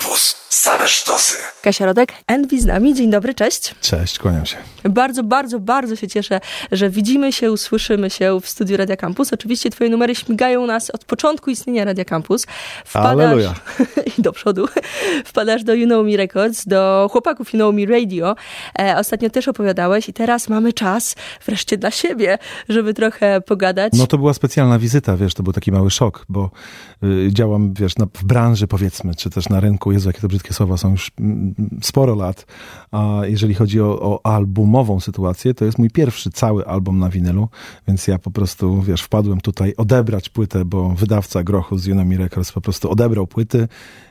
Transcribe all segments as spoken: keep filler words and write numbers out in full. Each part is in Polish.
Campus. Same sztosy. Kasia Rodek, Envy z nami. Dzień dobry, cześć. Cześć, kłaniam się. Bardzo, bardzo, bardzo się cieszę, że widzimy się, usłyszymy się w studiu Radia Campus. Oczywiście twoje numery śmigają nas od początku istnienia Radia Campus. Wpadasz Alleluja. I do przodu. Wpadasz do You Know Me Records, do chłopaków You Know Me Radio. E, ostatnio też opowiadałeś i teraz mamy czas wreszcie dla siebie, żeby trochę pogadać. No to była specjalna wizyta, wiesz, to był taki mały szok, bo y, działam, wiesz, na, w branży powiedzmy, czy też na rynku, Jezu, jakie to brzydkie słowa, są już mm, sporo lat, a jeżeli chodzi o, o albumową sytuację, to jest mój pierwszy cały album na winylu, więc ja po prostu, wiesz, wpadłem tutaj odebrać płytę, bo wydawca Grochu z You Know Me Records po prostu odebrał płyty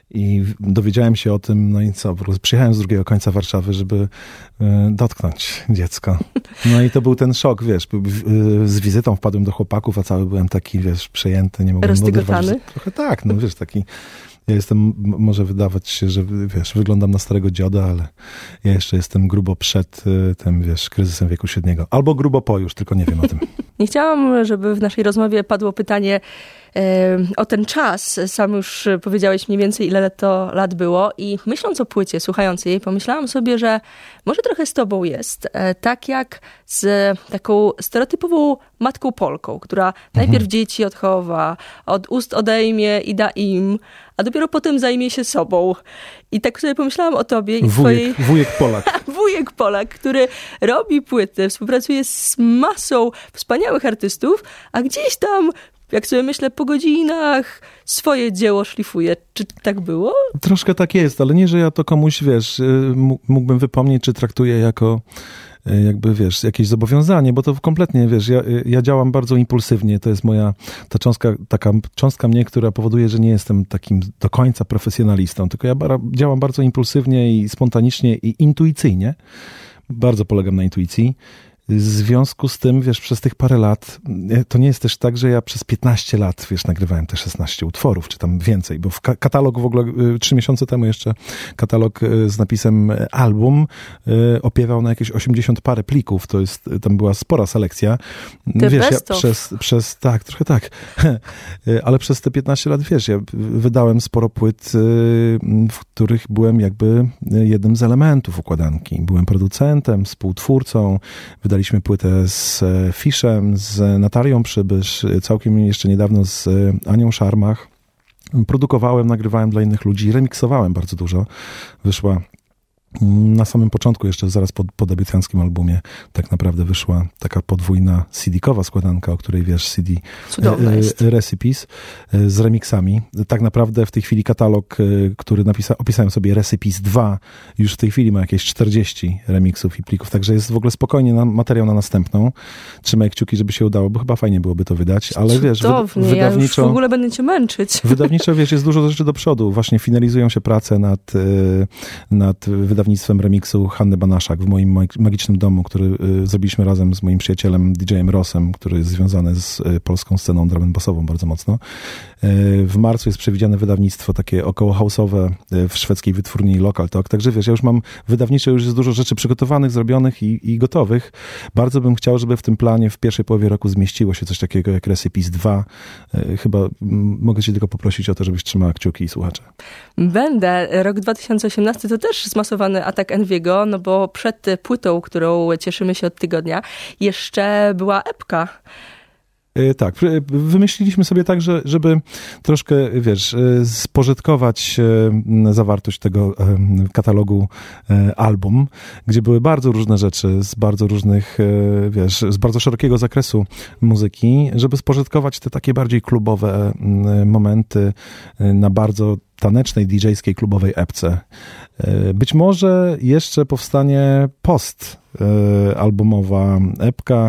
i dowiedziałem się o tym, no i co, po prostu przyjechałem z drugiego końca Warszawy, żeby y, dotknąć dziecko. No i to był ten szok, wiesz, y, z wizytą wpadłem do chłopaków, a cały byłem taki, wiesz, przejęty, nie mogłem oderwać. Trochę tak, no wiesz, taki... Ja jestem, może wydawać się, że wiesz, wyglądam na starego dzioda, ale ja jeszcze jestem grubo przed y, tym, wiesz, kryzysem wieku średniego. Albo grubo po już, tylko nie wiem o tym. Nie chciałam, żeby w naszej rozmowie padło pytanie e, o ten czas. Sam już powiedziałeś mniej więcej, ile to lat było i myśląc o płycie, słuchając jej, pomyślałam sobie, że może trochę z tobą jest. E, tak jak z taką stereotypową matką Polką, która mhm. najpierw dzieci odchowa, od ust odejmie i da im, a dopiero potem zajmie się sobą. I tak sobie pomyślałam o tobie i wujek, twojej... Wujek Polak. Wujek Polak, który robi płyty, współpracuje z masą wspaniałych artystów, a gdzieś tam, jak sobie myślę, po godzinach swoje dzieło szlifuje. Czy tak było? Troszkę tak jest, ale nie, że ja to komuś, wiesz, mógłbym wypomnieć, czy traktuję jako... jakby, wiesz, jakieś zobowiązanie, bo to kompletnie, wiesz, ja, ja działam bardzo impulsywnie, to jest moja, ta cząstka, taka cząstka mnie, która powoduje, że nie jestem takim do końca profesjonalistą, tylko ja bar- działam bardzo impulsywnie i spontanicznie i intuicyjnie. Bardzo polegam na intuicji. W związku z tym, wiesz, przez tych parę lat, to nie jest też tak, że ja przez piętnaście lat, wiesz, nagrywałem te szesnaście utworów, czy tam więcej, bo w ka- katalog w ogóle trzy miesiące temu jeszcze katalog z napisem album opiewał na jakieś osiemdziesiąt parę plików, to jest, tam była spora selekcja. Te wiesz, ja best przez, przez, tak, trochę tak, ale przez te piętnaście lat, wiesz, ja wydałem sporo płyt, w których byłem jakby jednym z elementów układanki. Byłem producentem, współtwórcą, Wydaliśmy płytę z Fiszem, z Natalią Przybysz, całkiem jeszcze niedawno z Anią Szarmach. Produkowałem, nagrywałem dla innych ludzi, remiksowałem bardzo dużo. Wyszła na samym początku, jeszcze zaraz po, po debiutanckim albumie, tak naprawdę wyszła taka podwójna C D-kowa składanka, o której wiesz, C D e, Recipes e, z remixami. Tak naprawdę w tej chwili katalog, e, który napisa, opisałem sobie Recipes dwa, już w tej chwili ma jakieś czterdzieści remixów i plików, także jest w ogóle spokojnie na, materiał na następną. Trzymaj kciuki, żeby się udało, bo chyba fajnie byłoby to wydać, ale wiesz, Cudownie, wy, wydawniczo... Ja już w ogóle będę cię męczyć. Wydawniczo, wiesz, jest dużo rzeczy do przodu. Właśnie finalizują się prace nad, nad wydawnictwem remiksu Hanny Banaszak w moim magicznym domu, który y, zrobiliśmy razem z moim przyjacielem D J-em Rossem, który jest związany z y, polską sceną drum and bassową bardzo mocno. Y, w marcu jest przewidziane wydawnictwo takie około house'owe y, w szwedzkiej wytwórni Local Talk. Także wiesz, ja już mam wydawniczo, już jest dużo rzeczy przygotowanych, zrobionych i, i gotowych. Bardzo bym chciał, żeby w tym planie w pierwszej połowie roku zmieściło się coś takiego jak Recipes dwa. Y, chyba m, mogę cię tylko poprosić o to, żebyś trzymała kciuki i słuchacze. Będę. Rok dwa tysiące osiemnasty to też zmasowany atak Envy'ego, no bo przed płytą, którą cieszymy się od tygodnia, jeszcze była epka. Yy, tak, wymyśliliśmy sobie tak, że, żeby troszkę, wiesz, spożytkować zawartość tego katalogu album, gdzie były bardzo różne rzeczy z bardzo różnych, wiesz, z bardzo szerokiego zakresu muzyki, żeby spożytkować te takie bardziej klubowe momenty na bardzo tanecznej, D J-skiej, klubowej epce. Być może jeszcze powstanie post albumowa epka.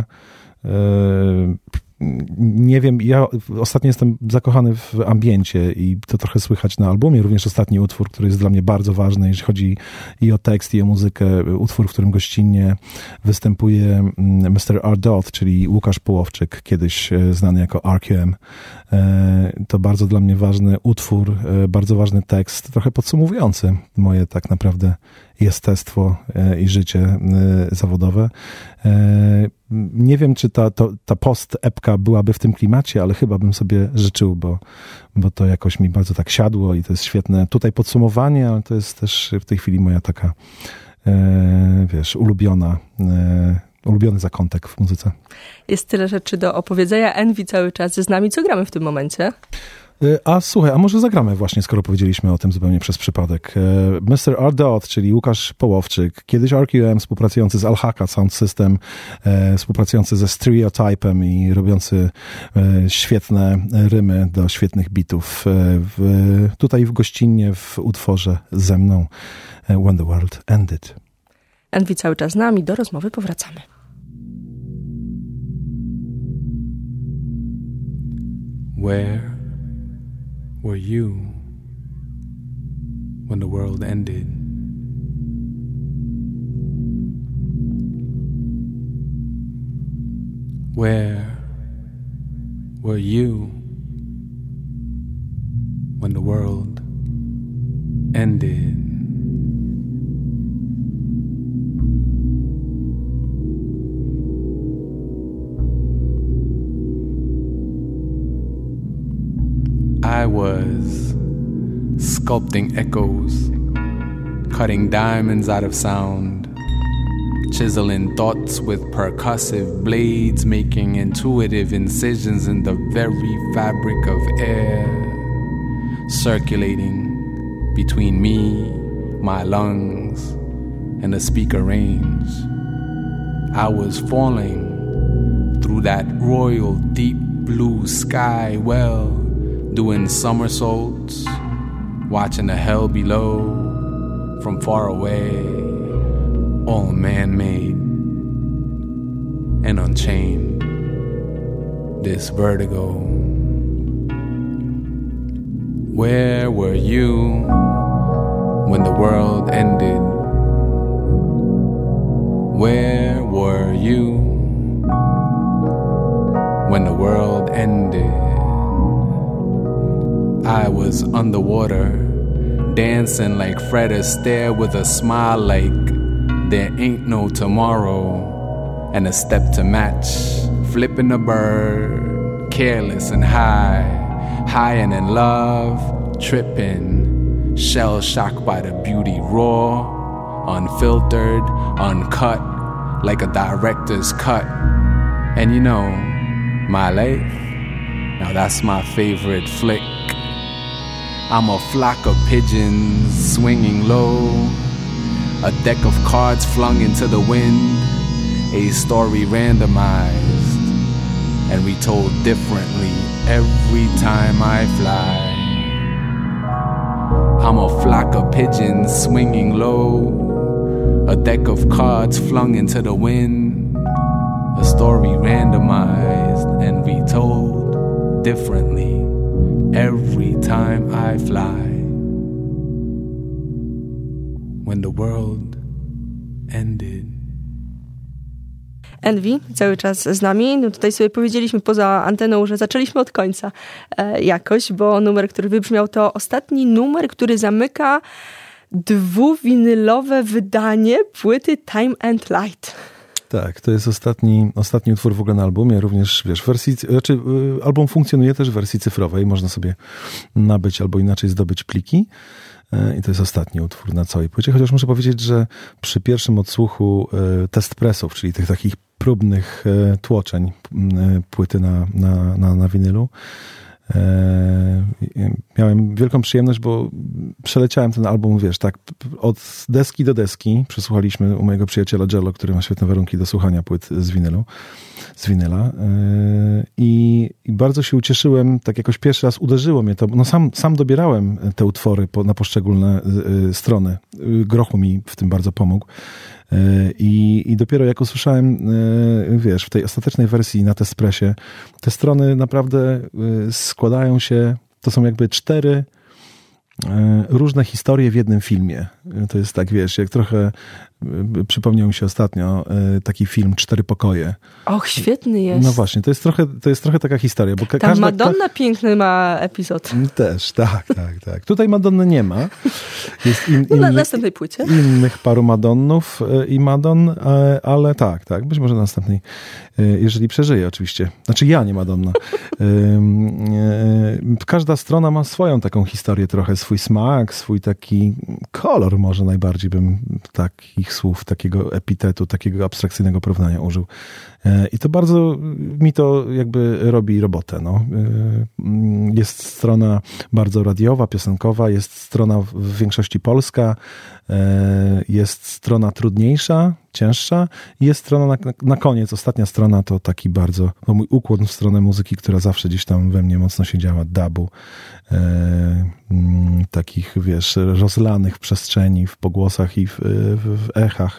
Nie wiem, ja ostatnio jestem zakochany w ambiencie i to trochę słychać na albumie. Również ostatni utwór, który jest dla mnie bardzo ważny, jeśli chodzi i o tekst, i o muzykę. Utwór, w którym gościnnie występuje mister R. Dodd, czyli Łukasz Połowczyk, kiedyś znany jako R Q M. To bardzo dla mnie ważny utwór, bardzo ważny tekst, trochę podsumowujący moje tak naprawdę jestestwo i życie zawodowe. nie wiem, czy ta, to, ta post-epka byłaby w tym klimacie, ale chyba bym sobie życzył, bo, bo to jakoś mi bardzo tak siadło i to jest świetne tutaj podsumowanie, ale to jest też w tej chwili moja taka, e, wiesz, ulubiona, e, ulubiony zakątek w muzyce. Jest tyle rzeczy do opowiedzenia. Envy cały czas z nami. Co gramy w tym momencie? A słuchaj, a może zagramy właśnie, skoro powiedzieliśmy o tym zupełnie przez przypadek. mister R. Dodd, czyli Łukasz Połowczyk, kiedyś R Q M, współpracujący z Alhaka Sound System, e, współpracujący ze Stereotypem i robiący e, świetne rymy do świetnych bitów. E, w, tutaj w gościnnie w utworze ze mną e, When the World Ended. Envy cały czas z nami, do rozmowy powracamy. Where were you when the world ended? Where were you when the world ended? I was sculpting echoes, cutting diamonds out of sound, chiseling thoughts with percussive blades, making intuitive incisions in the very fabric of air, circulating between me, my lungs, and the speaker range. I was falling through that royal deep blue sky well, doing somersaults, watching the hell below from far away, all man-made and unchained, this vertigo. Where were you when the world ended? Where were you when the world ended? I was underwater, dancing like Fred Astaire with a smile like there ain't no tomorrow, and a step to match, flipping a bird, careless and high, high and in love, tripping, shell-shocked by the beauty raw, unfiltered, uncut, like a director's cut. And you know, my life, now that's my favorite flick. I'm a flock of pigeons swinging low, a deck of cards flung into the wind, a story randomized and retold differently every time I fly. I'm a flock of pigeons swinging low, a deck of cards flung into the wind, a story randomized and retold differently every time I fly. When the world ended. Envy cały czas z nami. No tutaj sobie powiedzieliśmy poza anteną, że zaczęliśmy od końca e, jakoś, bo numer, który wybrzmiał, to ostatni numer, który zamyka dwuwinylowe wydanie płyty Time and Light. Tak, to jest ostatni, ostatni utwór w ogóle na albumie, również wiesz, w wersji, znaczy album funkcjonuje też w wersji cyfrowej, można sobie nabyć albo inaczej zdobyć pliki i to jest ostatni utwór na całej płycie, chociaż muszę powiedzieć, że przy pierwszym odsłuchu test pressów, czyli tych takich próbnych tłoczeń płyty na, na, na, na winylu, miałem wielką przyjemność, bo przeleciałem ten album, wiesz, tak od deski do deski. Przesłuchaliśmy u mojego przyjaciela Jello, który ma świetne warunki do słuchania płyt z winylu, z winyla i, i bardzo się ucieszyłem, tak jakoś pierwszy raz uderzyło mnie to, no sam, sam dobierałem te utwory po, na poszczególne strony. Grochu mi w tym bardzo pomógł. I, I dopiero jak usłyszałem, wiesz, w tej ostatecznej wersji na Testpressie, te strony naprawdę składają się, to są jakby cztery różne historie w jednym filmie. To jest tak, wiesz, jak trochę przypomniał mi się ostatnio taki film Cztery pokoje. Och, świetny jest. No właśnie, to jest trochę, to jest trochę taka historia. Bo ka- Tam każda, Madonna ka- piękny ma epizod. Też, tak, tak, tak. Tutaj Madonny nie ma. Jest in, no, na innych, następnej płycie. Innych paru Madonnów i Madon, ale tak, tak, być może na następnej, jeżeli przeżyję oczywiście. Znaczy ja, nie Madonna. Każda strona ma swoją taką historię trochę, swój smak, swój taki kolor, może najbardziej bym takich słów, takiego epitetu, takiego abstrakcyjnego porównania użył. I to bardzo mi to jakby robi robotę. No. Jest strona bardzo radiowa, piosenkowa, jest strona w większości polska, jest strona trudniejsza, cięższa i jest strona na, na koniec, ostatnia strona to taki bardzo, to mój ukłon w stronę muzyki, która zawsze gdzieś tam we mnie mocno się działa, dubu, e, takich, wiesz, rozlanych w przestrzeni, w pogłosach i w, w, w echach,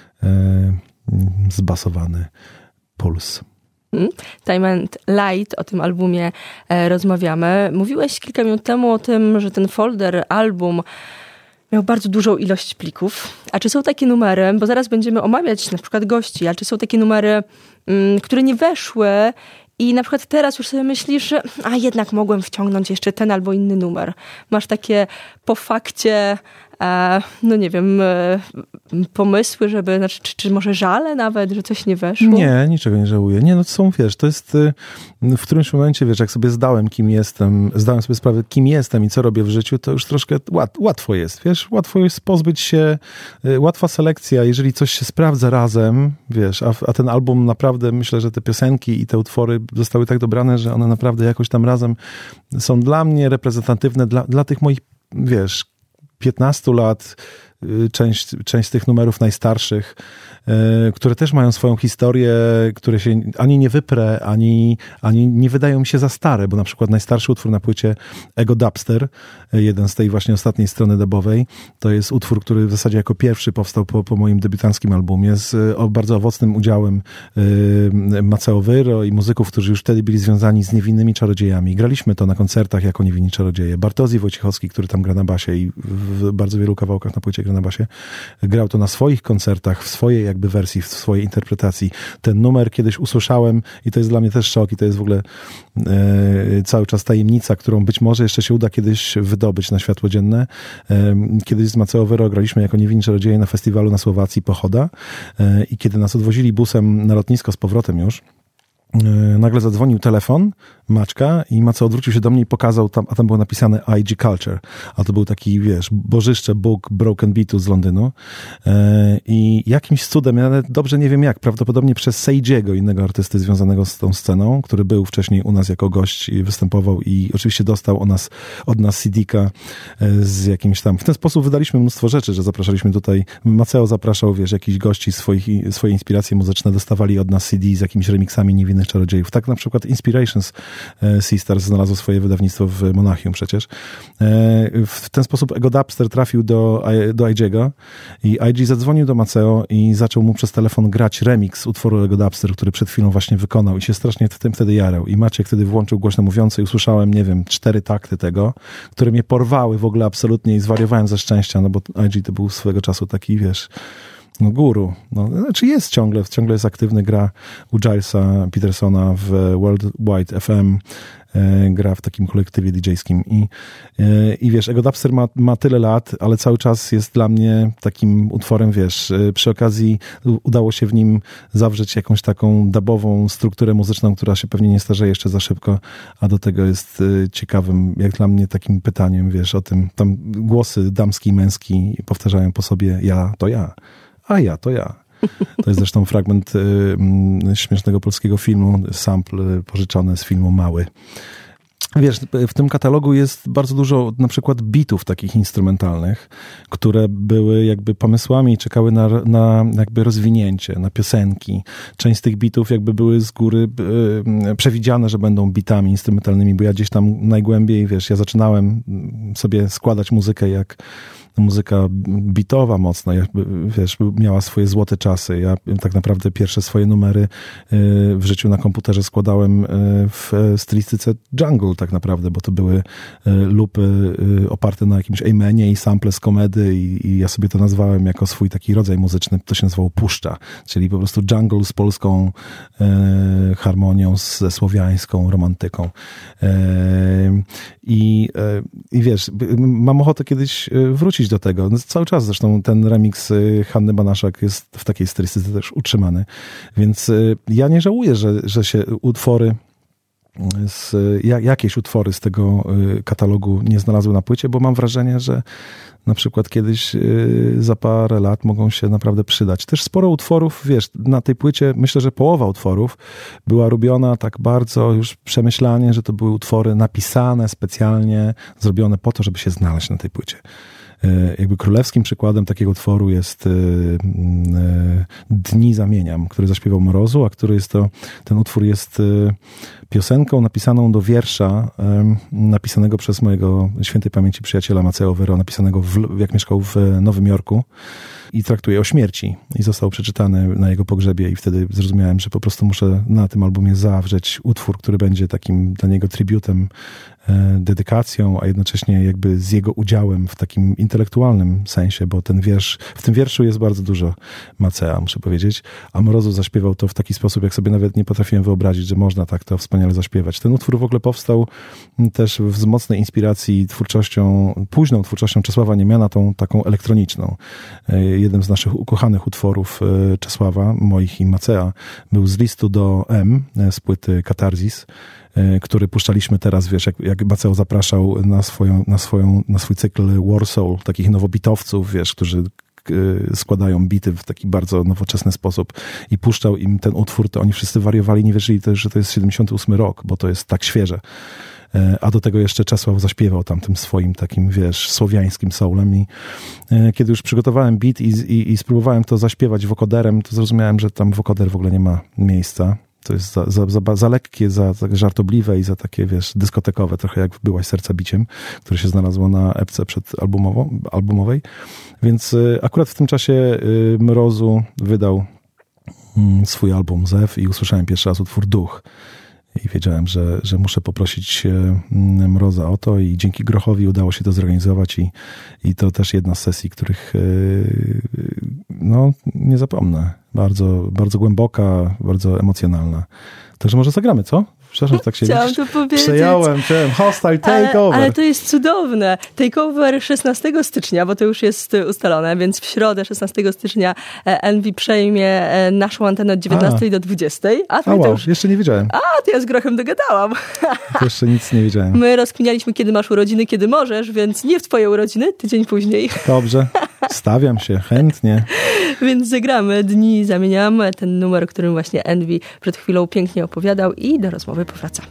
e, zbasowany puls. Time and Light, o tym albumie e, rozmawiamy. Mówiłeś kilka minut temu o tym, że ten folder, album miał bardzo dużą ilość plików. A czy są takie numery, bo zaraz będziemy omawiać na przykład gości, a czy są takie numery, m, które nie weszły i na przykład teraz już sobie myślisz, że a jednak mogłem wciągnąć jeszcze ten albo inny numer. Masz takie po fakcie, e, no nie wiem, e, pomysły, żeby, znaczy, czy, czy może żale nawet, że coś nie weszło? Nie, niczego nie żałuję. Nie, no to są, wiesz, to jest w którymś momencie, wiesz, jak sobie zdałem, kim jestem, zdałem sobie sprawę, kim jestem i co robię w życiu, to już troszkę łat, łatwo jest, wiesz, łatwo jest pozbyć się, łatwa selekcja, jeżeli coś się sprawdza razem, wiesz, a, a ten album naprawdę, myślę, że te piosenki i te utwory zostały tak dobrane, że one naprawdę jakoś tam razem są dla mnie reprezentatywne, dla, dla tych moich, wiesz, piętnastu lat, część, część z tych numerów najstarszych, które też mają swoją historię, które się ani nie wyprę, ani, ani nie wydają mi się za stare, bo na przykład najstarszy utwór na płycie Ego Dubster, jeden z tej właśnie ostatniej strony dubowej, to jest utwór, który w zasadzie jako pierwszy powstał po, po moim debiutanckim albumie z o, bardzo owocnym udziałem y, Maceo Wyro i muzyków, którzy już wtedy byli związani z Niewinnymi Czarodziejami. Graliśmy to na koncertach jako Niewinni Czarodzieje. Bartozji Wojciechowski, który tam gra na basie i w bardzo wielu kawałkach na płycie gra na basie, grał to na swoich koncertach, w swojej jakby wersji, w swojej interpretacji. Ten numer kiedyś usłyszałem i to jest dla mnie też szok i to jest w ogóle e, cały czas tajemnica, którą być może jeszcze się uda kiedyś wydobyć na światło dzienne. E, kiedyś z Maceo Wyro graliśmy jako Niewinni Czarodzieje na festiwalu na Słowacji Pochoda e, i kiedy nas odwozili busem na lotnisko z powrotem już, nagle zadzwonił telefon Maćka i Maceo odwrócił się do mnie i pokazał tam, a tam było napisane I G Culture, a to był taki, wiesz, bożyszcze, Bóg Broken Beatu z Londynu i jakimś cudem, ja nawet dobrze nie wiem jak, prawdopodobnie przez Seijiego, innego artysty związanego z tą sceną, który był wcześniej u nas jako gość i występował i oczywiście dostał o nas, od nas C D-ka z jakimś tam, w ten sposób wydaliśmy mnóstwo rzeczy, że zapraszaliśmy tutaj, Maceo zapraszał, wiesz, jakichś gości, swoich, swoje inspiracje muzyczne, dostawali od nas C D z jakimiś remixami Niewinnych Czarodziejów. Tak na przykład Inspirations Sisters znalazło swoje wydawnictwo w Monachium przecież. W ten sposób Ego Dubster trafił do, do I G'ego i I G zadzwonił do Maceo i zaczął mu przez telefon grać remix utworu Ego Dubster, który przed chwilą właśnie wykonał i się strasznie w tym wtedy jarał. I Maciek wtedy włączył głośno mówiący i usłyszałem, nie wiem, cztery takty tego, które mnie porwały w ogóle absolutnie i zwariowałem ze szczęścia, no bo I G to był swego czasu taki, wiesz, no guru. No, znaczy jest ciągle, ciągle jest aktywny, gra u Gilesa Petersona w World Wide F M, e, gra w takim kolektywie didżejskim i, e, i wiesz, Ego Dubster ma, ma tyle lat, ale cały czas jest dla mnie takim utworem, wiesz, e, przy okazji udało się w nim zawrzeć jakąś taką dubową strukturę muzyczną, która się pewnie nie starzeje jeszcze za szybko, a do tego jest e, ciekawym, jak dla mnie takim pytaniem, wiesz, o tym, tam głosy damski i męski powtarzają po sobie ja, to ja. A ja, to ja. To jest zresztą fragment y, śmiesznego polskiego filmu, sample pożyczony z filmu Mały. Wiesz, w tym katalogu jest bardzo dużo na przykład bitów takich instrumentalnych, które były jakby pomysłami i czekały na, na jakby rozwinięcie, na piosenki. Część z tych bitów jakby były z góry y, przewidziane, że będą bitami instrumentalnymi, bo ja gdzieś tam najgłębiej, wiesz, ja zaczynałem sobie składać muzykę jak muzyka bitowa mocno, jakby, wiesz, miała swoje złote czasy. Ja tak naprawdę pierwsze swoje numery w życiu na komputerze składałem w stylistyce jungle tak naprawdę, bo to były loopy oparte na jakimś amenie i sample z komedy i, i ja sobie to nazwałem jako swój taki rodzaj muzyczny, to się nazywało puszcza, czyli po prostu jungle z polską e, harmonią, ze słowiańską romantyką. E, i, e, I wiesz, mam ochotę kiedyś wrócić wrócić do tego. No, cały czas zresztą ten remix Hanny Banaszak jest w takiej stylistyce też utrzymany. Więc ja nie żałuję, że, że się utwory z, jakieś utwory z tego katalogu nie znalazły na płycie, bo mam wrażenie, że na przykład kiedyś za parę lat mogą się naprawdę przydać. Też sporo utworów, wiesz, na tej płycie myślę, że połowa utworów była robiona tak bardzo już przemyślanie, że to były utwory napisane specjalnie, zrobione po to, żeby się znaleźć na tej płycie. Jakby królewskim przykładem takiego utworu jest Dni zamieniam, który zaśpiewał Mrozu, a który jest to, ten utwór jest piosenką napisaną do wiersza napisanego przez mojego świętej pamięci przyjaciela Maceo Vero, napisanego w, jak mieszkał w Nowym Jorku i traktuje o śmierci i został przeczytany na jego pogrzebie i wtedy zrozumiałem, że po prostu muszę na tym albumie zawrzeć utwór, który będzie takim dla niego tributem, dedykacją, a jednocześnie jakby z jego udziałem w takim intelektualnym sensie, bo ten wiersz, w tym wierszu jest bardzo dużo Macea, muszę powiedzieć, a Mrozu zaśpiewał to w taki sposób, jak sobie nawet nie potrafiłem wyobrazić, że można tak to wspaniale zaśpiewać. Ten utwór w ogóle powstał też z mocnej inspiracji twórczością, późną twórczością Czesława Niemiana, tą taką elektroniczną. Jeden z naszych ukochanych utworów Czesława, moich i Macea, był Z listu do M, z płyty Katarzis, który puszczaliśmy teraz, wiesz, jak, jak Maceo zapraszał na, swoją, na, swoją, na swój cykl Warsoul, takich nowobitowców, wiesz, którzy składają bity w taki bardzo nowoczesny sposób i puszczał im ten utwór, to oni wszyscy wariowali, nie wierzyli też, że to jest siedemdziesiąty ósmy rok, bo to jest tak świeże. A do tego jeszcze Czesław zaśpiewał tam tym swoim takim, wiesz, słowiańskim soulem i kiedy już przygotowałem beat i, i, i spróbowałem to zaśpiewać wokoderem, to zrozumiałem, że tam wokoder w ogóle nie ma miejsca. To jest za, za, za, za lekkie, za, za żartobliwe i za takie, wiesz, dyskotekowe, trochę jak Byłaś serca biciem, które się znalazło na epce przedalbumowej. Więc y, akurat w tym czasie y, Mrozu wydał y, swój album Zew i usłyszałem pierwszy raz utwór Duch. I wiedziałem, że, że muszę poprosić Mroza o to i dzięki Grochowi udało się to zorganizować i, i to też jedna z sesji, których no, nie zapomnę. Bardzo, bardzo głęboka, bardzo emocjonalna. Także może zagramy, co? Przepraszam, że tak się Chciałam to powiedzieć. Przejąłem, przejąłem. Hostile takeover. Ale, ale to jest cudowne. Takeover szesnastego stycznia, bo to już jest ustalone, więc w środę szesnastego stycznia Envy przejmie naszą antenę od dziewiętnastej a. do dwudziestej. A, a wow, to już... jeszcze nie wiedziałem. A, to ja z Grochem dogadałam. To jeszcze nic nie wiedziałem. My rozkminialiśmy, kiedy masz urodziny, kiedy możesz, więc nie w twoje urodziny, tydzień później. Dobrze, stawiam się, chętnie. Więc zagramy Dni zamieniam, ten numer, o którym właśnie Envy przed chwilą pięknie opowiadał i do rozmowy powracamy.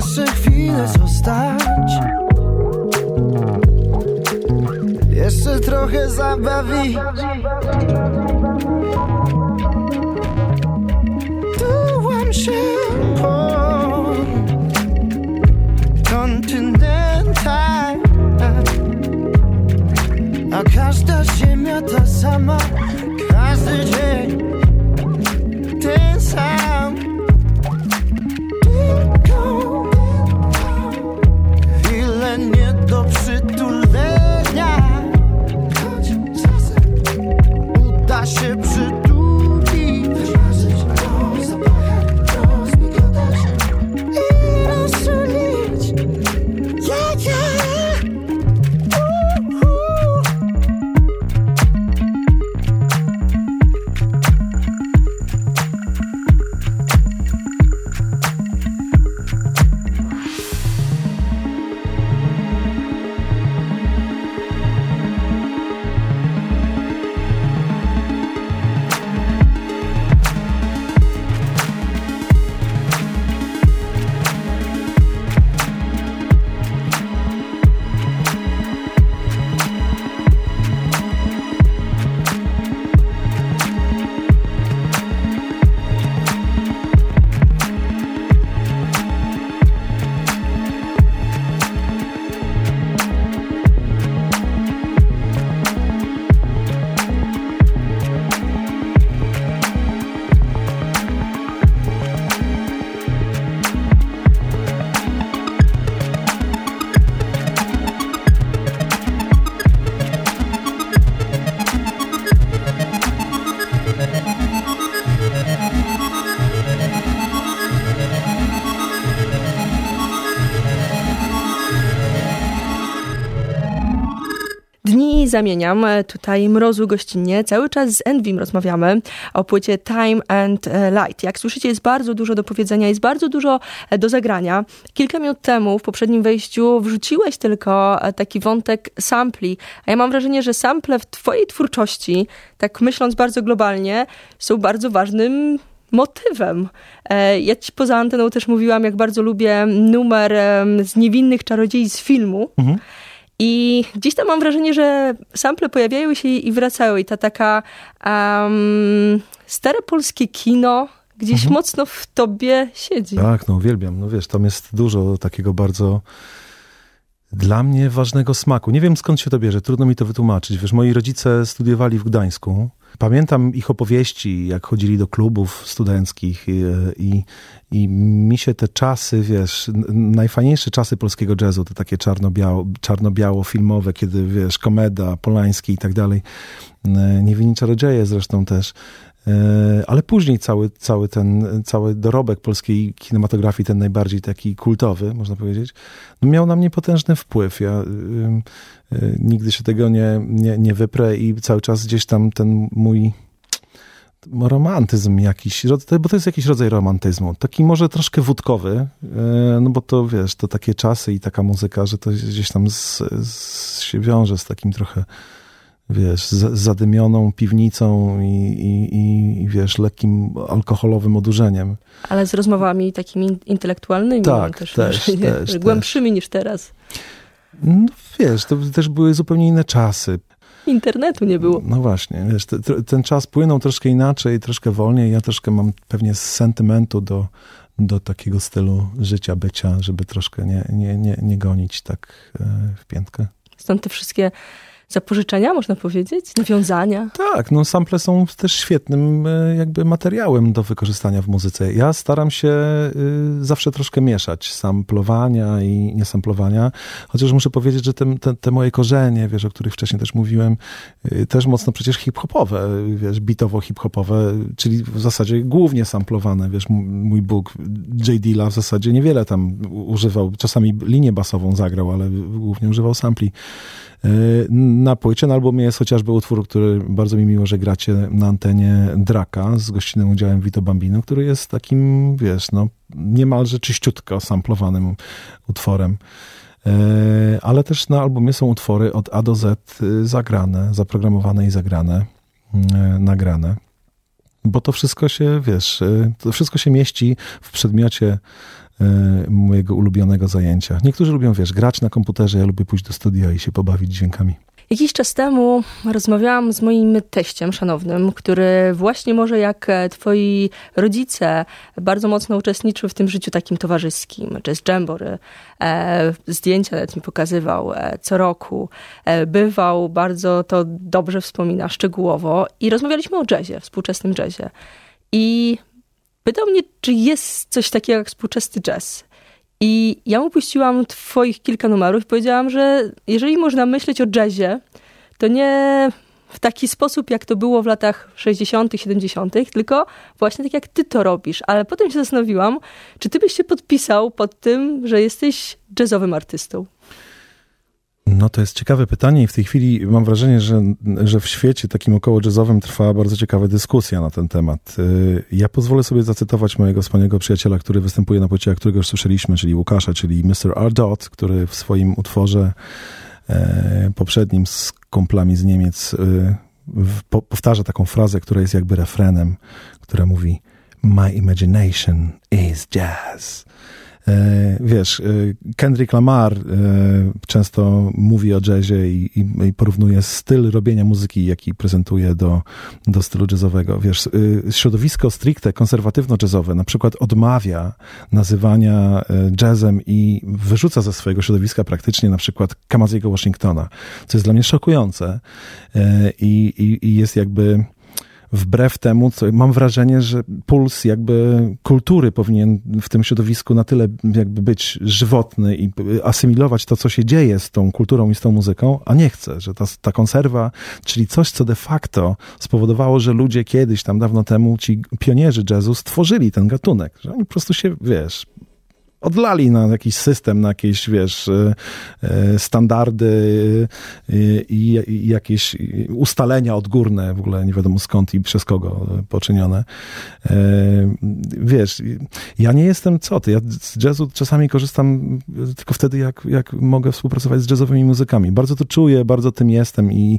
Jeszcze chwilę zostać, jeszcze trochę zabawi. Tułam się po kontynentach, a każda ziemia ta sama, każdy dzień ten sam. Tylko chwilę nie do przytulenia, choć czasem uda się przytulić, rozmigotać i rozczulić. Yeah, yeah. Uh-huh. Dni zamieniam, tutaj Mrozu gościnnie. Cały czas z Envym rozmawiamy o płycie Time and Light. Jak słyszycie, jest bardzo dużo do powiedzenia, jest bardzo dużo do zagrania. Kilka minut temu, w poprzednim wejściu, wrzuciłeś tylko taki wątek sampli. A ja mam wrażenie, że sample w twojej twórczości, tak myśląc bardzo globalnie, są bardzo ważnym motywem. Ja ci poza anteną też mówiłam, jak bardzo lubię numer z Niewinnych Czarodziei z filmu. Mhm. I gdzieś tam mam wrażenie, że sample pojawiają się i wracają. I ta taka um, stare polskie kino gdzieś mhm. mocno w tobie siedzi. Tak, no uwielbiam. No wiesz, tam jest dużo takiego bardzo dla mnie ważnego smaku. Nie wiem, skąd się to bierze, trudno mi to wytłumaczyć. Wiesz, moi rodzice studiowali w Gdańsku. Pamiętam ich opowieści, jak chodzili do klubów studenckich i, i, i mi się te czasy, wiesz, najfajniejsze czasy polskiego jazzu, te takie czarno-biało, czarno-biało-filmowe, kiedy, wiesz, Komeda, Polański i tak dalej, Niewinni Czarodzieje zresztą też, ale później cały, cały ten, cały dorobek polskiej kinematografii, ten najbardziej taki kultowy, można powiedzieć, no miał na mnie potężny wpływ. Ja y, y, nigdy się tego nie, nie, nie wyprę i cały czas gdzieś tam ten mój romantyzm jakiś, bo to jest jakiś rodzaj romantyzmu, taki może troszkę wódkowy, y, no bo to, wiesz, to takie czasy i taka muzyka, że to gdzieś tam z, z, się wiąże z takim trochę, wiesz, z zadymioną piwnicą i, i, i, wiesz, lekkim alkoholowym odurzeniem. Ale z rozmowami takimi intelektualnymi. Tak, też, też, też, też głębszymi też. Niż teraz. No wiesz, to też były zupełnie inne czasy. Internetu nie było. No właśnie, wiesz, te, ten czas płynął troszkę inaczej, troszkę wolniej. Ja troszkę mam pewnie sentymentu do, do takiego stylu życia, bycia, żeby troszkę nie, nie, nie, nie gonić tak w piętkę. Stąd te wszystkie zapożyczenia, można powiedzieć? Nawiązania? Tak, no sample są też świetnym jakby materiałem do wykorzystania w muzyce. Ja staram się y, zawsze troszkę mieszać samplowania i niesamplowania, chociaż muszę powiedzieć, że te, te, te moje korzenie, wiesz, o których wcześniej też mówiłem, y, też mocno przecież hip-hopowe, wiesz, beatowo hip-hopowe, czyli w zasadzie głównie samplowane, wiesz, mój Bóg, J. Dilla w zasadzie niewiele tam używał, czasami linię basową zagrał, ale głównie używał sampli. Na płycie, na albumie jest chociażby utwór, który bardzo mi miło, że gracie na antenie, Draka z gościnnym udziałem Vito Bambino, który jest takim, wiesz, no niemalże czyściutko samplowanym utworem. Ale też na albumie są utwory od A do Z zagrane, zaprogramowane i zagrane, nagrane. Bo to wszystko się, wiesz, to wszystko się mieści w przedmiocie mojego ulubionego zajęcia. Niektórzy lubią, wiesz, grać na komputerze, ja lubię pójść do studia i się pobawić dźwiękami. Jakiś czas temu rozmawiałam z moim teściem szanownym, który właśnie może jak twoi rodzice bardzo mocno uczestniczył w tym życiu takim towarzyskim. Jazz Jamboree, e, zdjęcia nawet mi pokazywał e, co roku. E, bywał, bardzo to dobrze wspomina, szczegółowo. I rozmawialiśmy o jazzie, współczesnym jazzie. I pytał mnie, czy jest coś takiego jak współczesny jazz. I ja mu puściłam twoich kilka numerów i powiedziałam, że jeżeli można myśleć o jazzie, to nie w taki sposób, jak to było w latach sześćdziesiątych, siedemdziesiątych, tylko właśnie tak, jak ty to robisz. Ale potem się zastanowiłam, czy ty byś się podpisał pod tym, że jesteś jazzowym artystą? No to jest ciekawe pytanie i w tej chwili mam wrażenie, że, że w świecie takim około jazzowym trwa bardzo ciekawa dyskusja na ten temat. Ja pozwolę sobie zacytować mojego wspaniałego przyjaciela, który występuje na płycie, którego już słyszeliśmy, czyli Łukasza, czyli mister R. Dot, który w swoim utworze e, poprzednim z kumplami z Niemiec e, w, po, powtarza taką frazę, która jest jakby refrenem, która mówi My imagination is jazz. Wiesz, Kendrick Lamar często mówi o jazzie i, i, i porównuje styl robienia muzyki, jaki prezentuje do, do stylu jazzowego. Wiesz, środowisko stricte konserwatywno-jazzowe na przykład odmawia nazywania jazzem i wyrzuca ze swojego środowiska praktycznie na przykład Kamaziego Washingtona, co jest dla mnie szokujące i, i, i jest jakby wbrew temu, co mam wrażenie, że puls jakby kultury powinien w tym środowisku na tyle jakby być żywotny i asymilować to, co się dzieje z tą kulturą i z tą muzyką, a nie chce, że ta, ta konserwa, czyli coś, co de facto spowodowało, że ludzie kiedyś tam dawno temu, ci pionierzy jazzu stworzyli ten gatunek, że oni po prostu się, wiesz, odlali na jakiś system, na jakieś, wiesz, standardy i, i jakieś ustalenia odgórne, w ogóle nie wiadomo skąd i przez kogo poczynione. Wiesz, ja nie jestem, co ty, ja z jazzu czasami korzystam tylko wtedy, jak, jak mogę współpracować z jazzowymi muzykami. Bardzo to czuję, bardzo tym jestem i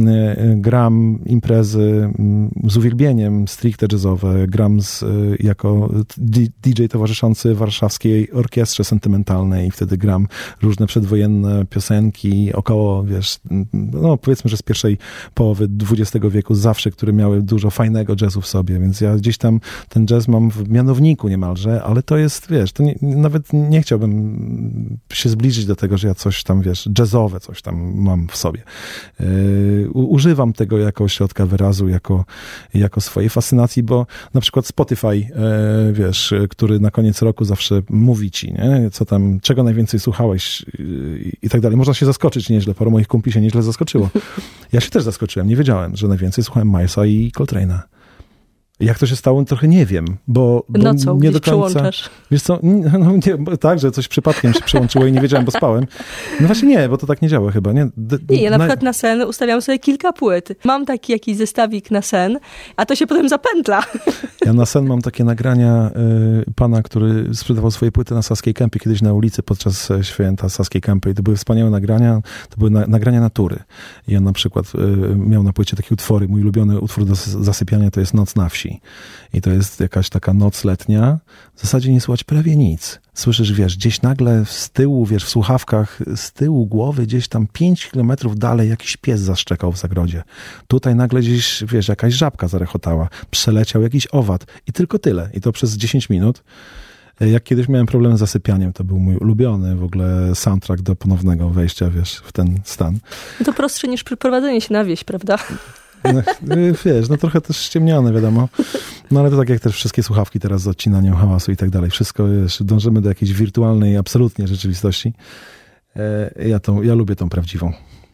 gram imprezy z uwielbieniem stricte jazzowe, gram z, jako D J towarzyszący warszawskiej orkiestrze sentymentalnej i wtedy gram różne przedwojenne piosenki około, wiesz, no powiedzmy, że z pierwszej połowy dwudziestego wieku zawsze, które miały dużo fajnego jazzu w sobie, więc ja gdzieś tam ten jazz mam w mianowniku niemalże, ale to jest, wiesz, to nie, nawet nie chciałbym się zbliżyć do tego, że ja coś tam, wiesz, jazzowe coś tam mam w sobie. Yy, używam tego jako środka wyrazu, jako, jako swojej fascynacji, bo na przykład Spotify, yy, wiesz, który na koniec roku zawsze mówi ci, nie? Co tam, czego najwięcej słuchałeś i, i tak dalej. Można się zaskoczyć nieźle, paru moich kumpli się nieźle zaskoczyło. Ja się też zaskoczyłem, nie wiedziałem, że najwięcej słuchałem Milesa i Coltrane'a. Jak to się stało, trochę nie wiem, bo, bo no co, nie do końca... przyłączasz? Wiesz co, no nie, tak, że coś przypadkiem się przyłączyło i nie wiedziałem, bo spałem. No właśnie nie, bo to tak nie działa chyba, nie? D- nie, ja na, na przykład na sen ustawiam sobie kilka płyt. Mam taki jakiś zestawik na sen, a to się potem zapętla. Ja na sen mam takie nagrania y, pana, który sprzedawał swoje płyty na Saskiej Kępie kiedyś na ulicy podczas święta Saskiej Kępy i to były wspaniałe nagrania, to były na, nagrania natury. I on na przykład y, miał na płycie takie utwory. Mój ulubiony utwór do zasypiania to jest Noc na wsi. I to jest jakaś taka noc letnia. W zasadzie nie słychać prawie nic. Słyszysz, wiesz, gdzieś nagle z tyłu, wiesz, w słuchawkach, z tyłu głowy, gdzieś tam pięć kilometrów dalej jakiś pies zaszczekał w zagrodzie. Tutaj nagle gdzieś, wiesz, jakaś żabka zarechotała. Przeleciał jakiś owad. I tylko tyle. I to przez dziesięć minut. Jak kiedyś miałem problem z zasypianiem, to był mój ulubiony w ogóle soundtrack do ponownego wejścia, wiesz, w ten stan. No to prostsze niż przeprowadzenie się na wieś, prawda? No, wiesz, no trochę też ściemnione, wiadomo. No ale to tak jak też wszystkie słuchawki teraz z odcinaniem hałasu i tak dalej. Wszystko, wiesz, dążymy do jakiejś wirtualnej, absolutnie rzeczywistości. Ja, tą, ja lubię tą prawdziwą.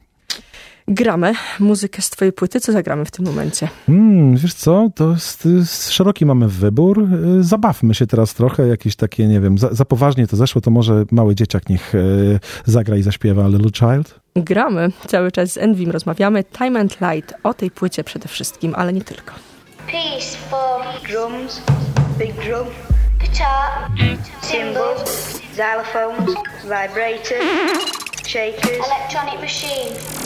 Gramy muzykę z twojej płyty. Co zagramy w tym momencie? Hmm, wiesz co, to jest, jest szeroki mamy wybór. Zabawmy się teraz trochę, jakieś takie, nie wiem, za, za poważnie to zeszło, to może mały dzieciak niech e, zagra i zaśpiewa Little Child. Gramy. Cały czas z Envym rozmawiamy. Time and Light. O tej płycie przede wszystkim, ale nie tylko. Piece for drums, big drum, guitar, cymbals, xylophones, vibrators, shakers, electronic machine.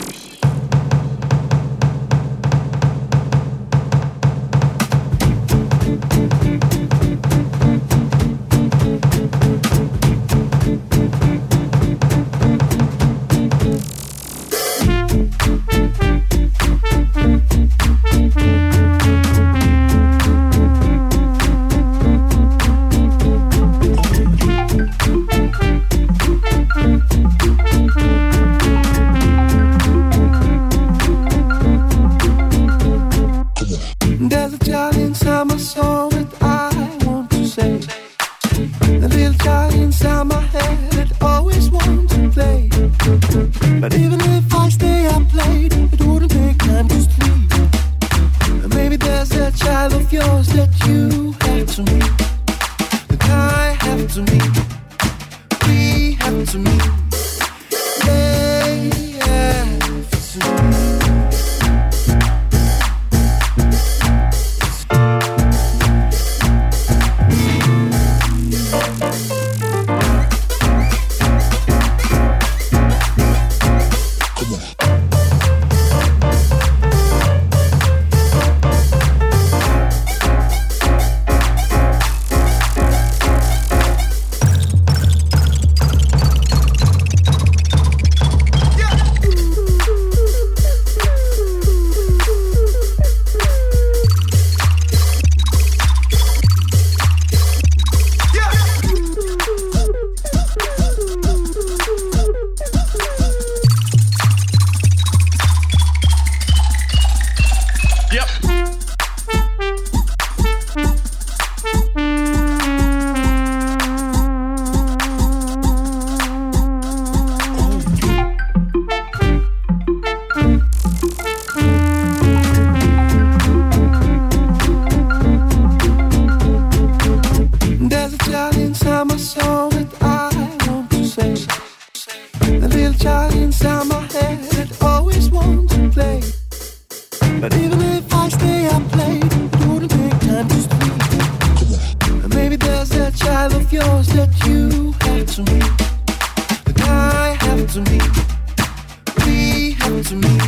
child inside my head that always wants to play. But even if I stay up late, it wouldn't take time to sleep. And maybe there's that child of yours that you have to meet, that I have to meet, we have to meet.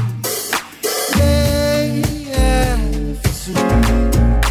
They have to meet.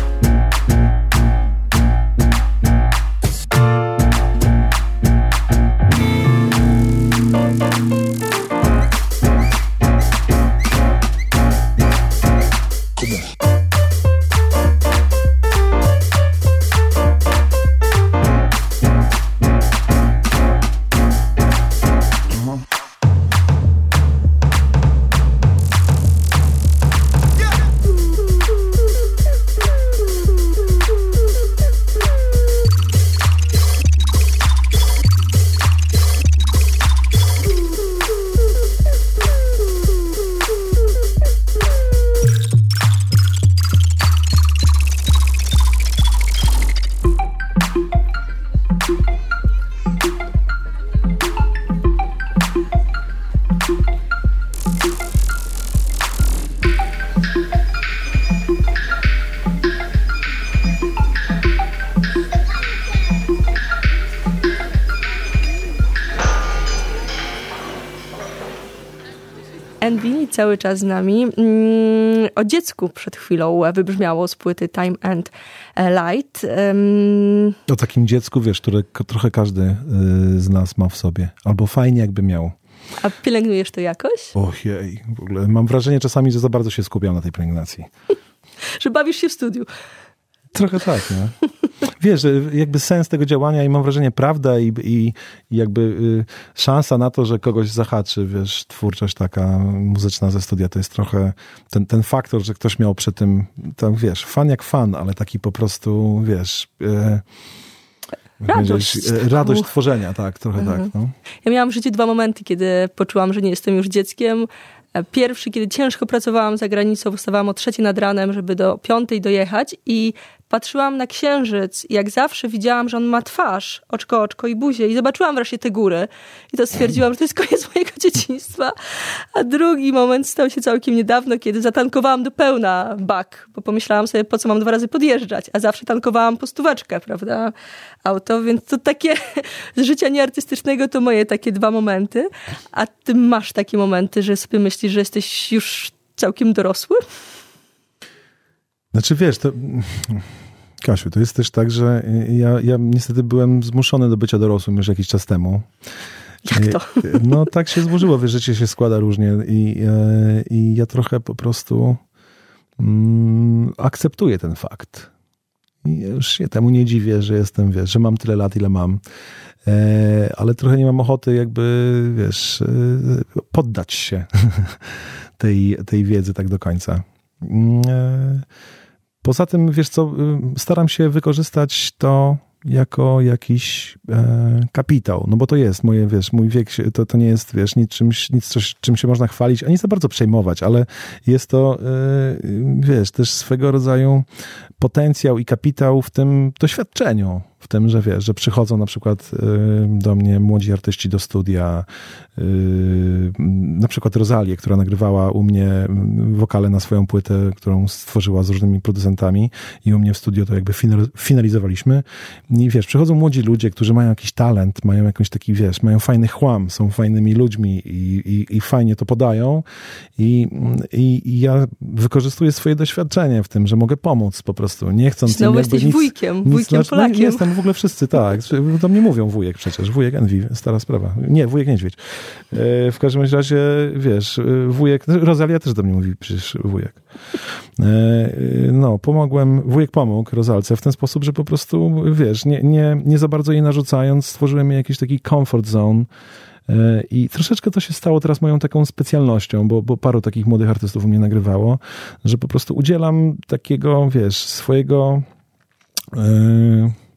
Andy cały czas z nami. Mm, o dziecku przed chwilą wybrzmiało z płyty Time and Light. Um... O takim dziecku, wiesz, które trochę każdy y, z nas ma w sobie. Albo fajnie jakby miał. A pielęgnujesz to jakoś? Ojej, w ogóle mam wrażenie czasami, że za bardzo się skupiam na tej pielęgnacji. Że bawisz się w studiu. Trochę tak, nie? Wiesz, jakby sens tego działania i mam wrażenie prawda i, i jakby y, szansa na to, że kogoś zahaczy, wiesz, twórczość taka muzyczna ze studia, to jest trochę ten, ten faktor, że ktoś miał przy tym, tam wiesz, fan jak fan, ale taki po prostu, wiesz... Y, Radość. Radość tworzenia, tak, trochę mhm. tak. No. Ja miałam w życiu dwa momenty, kiedy poczułam, że nie jestem już dzieckiem. Pierwszy, kiedy ciężko pracowałam za granicą, wstawałam o trzeciej nad ranem, żeby do piątej dojechać i patrzyłam na księżyc i jak zawsze widziałam, że on ma twarz, oczko, oczko i buzię i zobaczyłam wreszcie te góry i to stwierdziłam, że to jest koniec mojego dzieciństwa. A drugi moment stał się całkiem niedawno, kiedy zatankowałam do pełna bak, bo pomyślałam sobie, po co mam dwa razy podjeżdżać, a zawsze tankowałam po stóweczkę, prawda, auto, więc to takie z życia nieartystycznego to moje takie dwa momenty. A ty masz takie momenty, że sobie myślisz, że jesteś już całkiem dorosły? Znaczy wiesz, to... Kasiu, to jest też tak, że ja, ja niestety byłem zmuszony do bycia dorosłym już jakiś czas temu. Jak to? No tak się złożyło, wiesz, życie się składa różnie i, i ja trochę po prostu mm, akceptuję ten fakt. I już się temu nie dziwię, że jestem, wiesz, że mam tyle lat, ile mam. E, ale trochę nie mam ochoty jakby, wiesz, poddać się tej, tej wiedzy tak do końca. E, Poza tym, wiesz co, staram się wykorzystać to jako jakiś e, kapitał, no bo to jest moje, wiesz, mój wiek, to, to nie jest, wiesz, nic, czymś, nic coś, czym się można chwalić, ani za bardzo przejmować, ale jest to, e, wiesz, też swego rodzaju potencjał i kapitał w tym doświadczeniu, w tym, że wiesz, że przychodzą na przykład y, do mnie młodzi artyści do studia, y, na przykład Rozalię, która nagrywała u mnie wokale na swoją płytę, którą stworzyła z różnymi producentami i u mnie w studio to jakby finalizowaliśmy. I wiesz, przychodzą młodzi ludzie, którzy mają jakiś talent, mają jakiś taki, wiesz, mają fajny chłam, są fajnymi ludźmi i, i, i fajnie to podają i, i, i ja wykorzystuję swoje doświadczenie w tym, że mogę pomóc po prostu, nie chcąc... Znowu jesteś nic, wujkiem, nic, wujkiem znaczy, Polakiem. No, jestem w ogóle wszyscy, tak. Do mnie mówią wujek przecież, wujek Envy, stara sprawa. Nie, wujek Niedźwiedź. W każdym razie, wiesz, wujek, Rosalia też do mnie mówi przecież wujek. No, pomogłem, wujek pomógł Rozalce w ten sposób, że po prostu, wiesz, nie, nie, nie za bardzo jej narzucając, stworzyłem jej jakiś taki comfort zone. I troszeczkę to się stało teraz moją taką specjalnością, bo, bo paru takich młodych artystów u mnie nagrywało, że po prostu udzielam takiego, wiesz, swojego yy,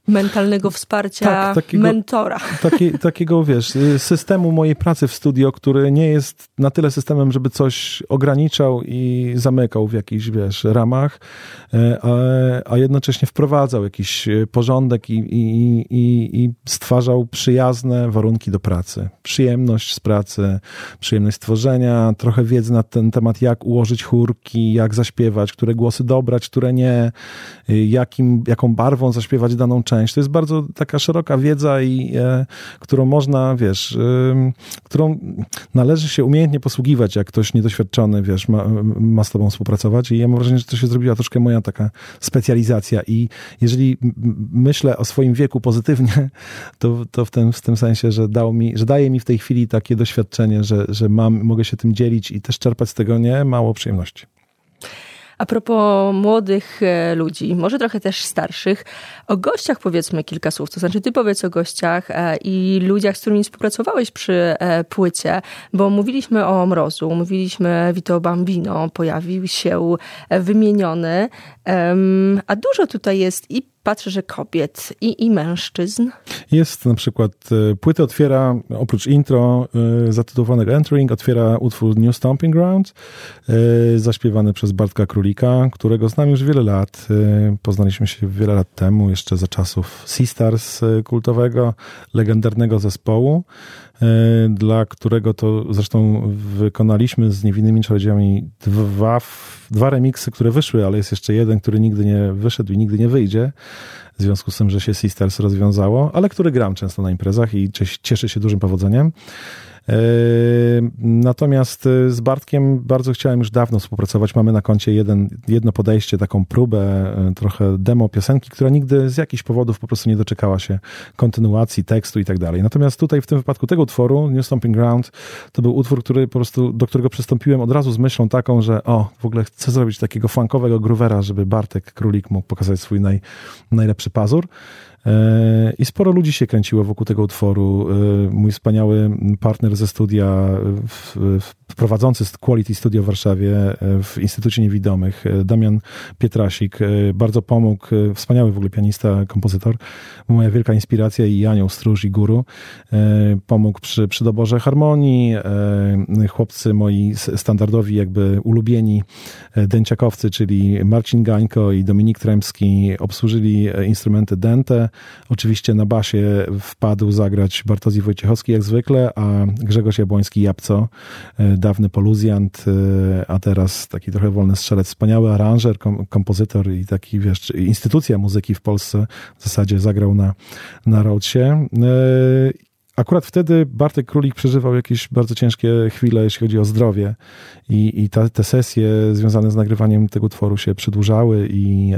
mentalnego wsparcia, tak, takiego, mentora. Taki, takiego, wiesz, systemu mojej pracy w studio, który nie jest na tyle systemem, żeby coś ograniczał i zamykał w jakichś, wiesz, ramach, a, a jednocześnie wprowadzał jakiś porządek i, i, i, i stwarzał przyjazne warunki do pracy. Przyjemność z pracy, przyjemność tworzenia, trochę wiedzy na ten temat, jak ułożyć chórki, jak zaśpiewać, które głosy dobrać, które nie, jakim, jaką barwą zaśpiewać daną część. To jest bardzo taka szeroka wiedza, i, e, którą można, wiesz, e, którą należy się umiejętnie posługiwać, jak ktoś niedoświadczony, wiesz, ma, ma z tobą współpracować. I ja mam wrażenie, że to się zrobiła troszkę moja taka specjalizacja. I jeżeli myślę o swoim wieku pozytywnie, to, to w, tym, w tym sensie, że, dał mi, że daje mi w tej chwili takie doświadczenie, że, że mam, mogę się tym dzielić i też czerpać z tego nie mało przyjemności. A propos młodych ludzi, może trochę też starszych, o gościach powiedzmy kilka słów. To znaczy ty powiedz o gościach i ludziach, z którymi współpracowałeś przy płycie, bo mówiliśmy o Mrozu, mówiliśmy Vito Bambino, pojawił się wymieniony, a dużo tutaj jest i patrzę, że kobiet i, i mężczyzn. Jest na przykład, płytę otwiera, oprócz intro zatytułowanego Entering, otwiera utwór New Stomping Grounds, zaśpiewany przez Bartka Królika, którego znam już wiele lat. Poznaliśmy się wiele lat temu, jeszcze za czasów Seastars kultowego, legendarnego zespołu, dla którego to zresztą wykonaliśmy z Niewinnymi Czarodziejami dwa, dwa remiksy, które wyszły, ale jest jeszcze jeden, który nigdy nie wyszedł i nigdy nie wyjdzie, w związku z tym, że się Seastars rozwiązało, ale który gram często na imprezach i cieszy się dużym powodzeniem. Natomiast z Bartkiem bardzo chciałem już dawno współpracować. Mamy na koncie jeden, jedno podejście, taką próbę, trochę demo piosenki, która nigdy z jakichś powodów po prostu nie doczekała się kontynuacji tekstu i tak dalej. Natomiast tutaj w tym wypadku tego utworu, New Stomping Ground, to był utwór, który po prostu, do którego przystąpiłem od razu z myślą taką, że o, w ogóle chcę zrobić takiego funkowego groovera, żeby Bartek Królik mógł pokazać swój naj, najlepszy pazur. I sporo ludzi się kręciło wokół tego utworu. Mój wspaniały partner ze studia, prowadzący Quality Studio w Warszawie w Instytucie Niewidomych, Damian Pietrasik, bardzo pomógł. Wspaniały w ogóle pianista, kompozytor. Moja wielka inspiracja i anioł, stróż i guru. Pomógł przy, przy doborze harmonii. Chłopcy moi standardowi, jakby ulubieni dęciakowcy, czyli Marcin Gańko i Dominik Tremski, obsłużyli instrumenty dęte. Oczywiście na basie wpadł zagrać Bartozji Wojciechowski jak zwykle, a Grzegorz Jabłoński-Japco, dawny poluzjant, a teraz taki trochę wolny strzelec, wspaniały aranżer, kom, kompozytor i taki, wiesz, instytucja muzyki w Polsce w zasadzie zagrał na, na Rhodesie. Akurat wtedy Bartek Królik przeżywał jakieś bardzo ciężkie chwile, jeśli chodzi o zdrowie i, i ta, te sesje związane z nagrywaniem tego utworu się przedłużały i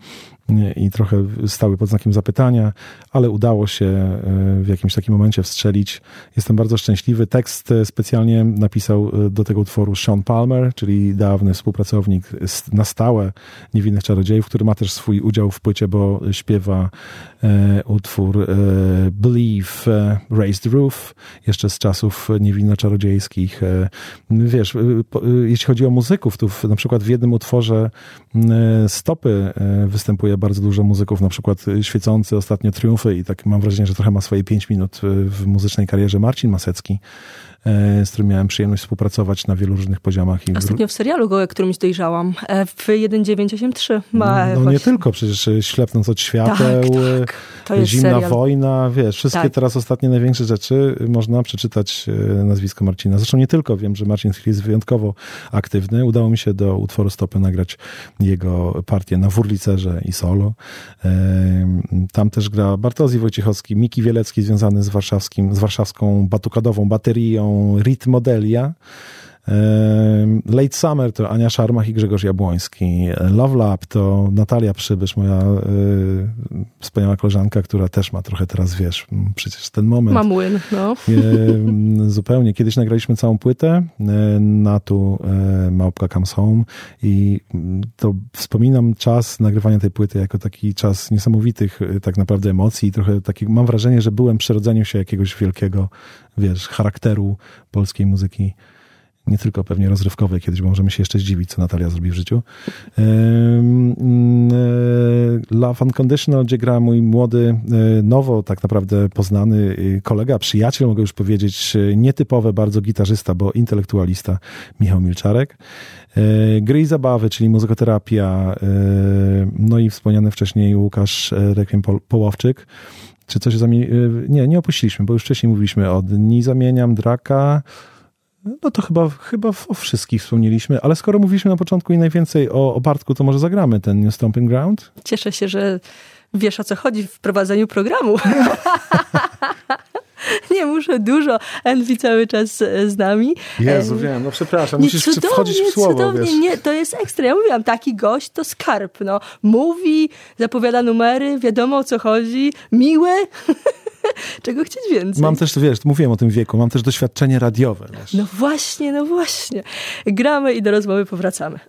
i trochę stały pod znakiem zapytania, ale udało się w jakimś takim momencie wstrzelić. Jestem bardzo szczęśliwy. Tekst specjalnie napisał do tego utworu Sean Palmer, czyli dawny współpracownik na stałe Niewinnych Czarodziejów, który ma też swój udział w płycie, bo śpiewa e, utwór e, Believe, e, Raise the Roof, jeszcze z czasów niewinno-czarodziejskich. E, wiesz, e, po, e, jeśli chodzi o muzyków, to w, na przykład w jednym utworze e, Stopy e, występuje bardzo dużo muzyków, na przykład świecący ostatnio Triumfy i tak mam wrażenie, że trochę ma swoje pięć minut w muzycznej karierze Marcin Masecki, z którym miałem przyjemność współpracować na wielu różnych poziomach. I ostatnio w serialu go, którymś dojrzałam, w jeden dziewięć osiem trzy ma No właśnie. Nie tylko, przecież Ślepnąc od świateł, tak, tak. To jest Zimna serial. wojna, wiesz, wszystkie tak. teraz ostatnie największe rzeczy można przeczytać nazwisko Marcina. Zresztą nie tylko, wiem, że Marcin jest wyjątkowo aktywny. Udało mi się do utworu Stopy nagrać jego partię na wurlicerze i solo. Tam też gra Bartozji Wojciechowski, Miki Wielecki związany z warszawskim, z warszawską batukadową baterią Ritmodelia. Late Summer to Ania Szarmach i Grzegorz Jabłoński. Love Lab to Natalia Przybysz, moja y, wspaniała koleżanka, która też ma trochę teraz, wiesz, przecież ten moment. Mam młyn, no. Y, zupełnie. Kiedyś nagraliśmy całą płytę y, Natu y, Małpka Comes Home i to wspominam czas nagrywania tej płyty jako taki czas niesamowitych y, tak naprawdę emocji. Trochę taki, mam wrażenie, że byłem przy rodzeniu się jakiegoś wielkiego, wiesz, charakteru polskiej muzyki nie tylko pewnie rozrywkowej kiedyś, bo możemy się jeszcze zdziwić, co Natalia zrobi w życiu. Love Unconditional, gdzie gra mój młody, nowo tak naprawdę poznany kolega, przyjaciel, mogę już powiedzieć, nietypowy bardzo gitarzysta, bo intelektualista Michał Milczarek. Gry i zabawy, czyli muzykoterapia, no i wspomniany wcześniej Łukasz Rekwiem Połowczyk. Czy coś zamieni... Nie, nie opuściliśmy, bo już wcześniej mówiliśmy o Dni Zamieniam, Draka. No to chyba, chyba o wszystkich wspomnieliśmy, ale skoro mówiliśmy na początku i najwięcej o, o Bartku, to może zagramy ten New Stomping Ground? Cieszę się, że wiesz, o co chodzi w prowadzeniu programu. Nie muszę dużo, Envy cały czas z nami. Jezu, wiem, no przepraszam, nie, musisz wchodzić w słowo, cudownie, wiesz. Nie, to jest ekstra. Ja mówiłam, taki gość to skarb, no. Mówi, zapowiada numery, wiadomo o co chodzi, miły. Czego chcieć więcej? Mam też, wiesz, mówiłem o tym wieku, mam też doświadczenie radiowe. Wiesz. No właśnie, no właśnie. Gramy i do rozmowy powracamy.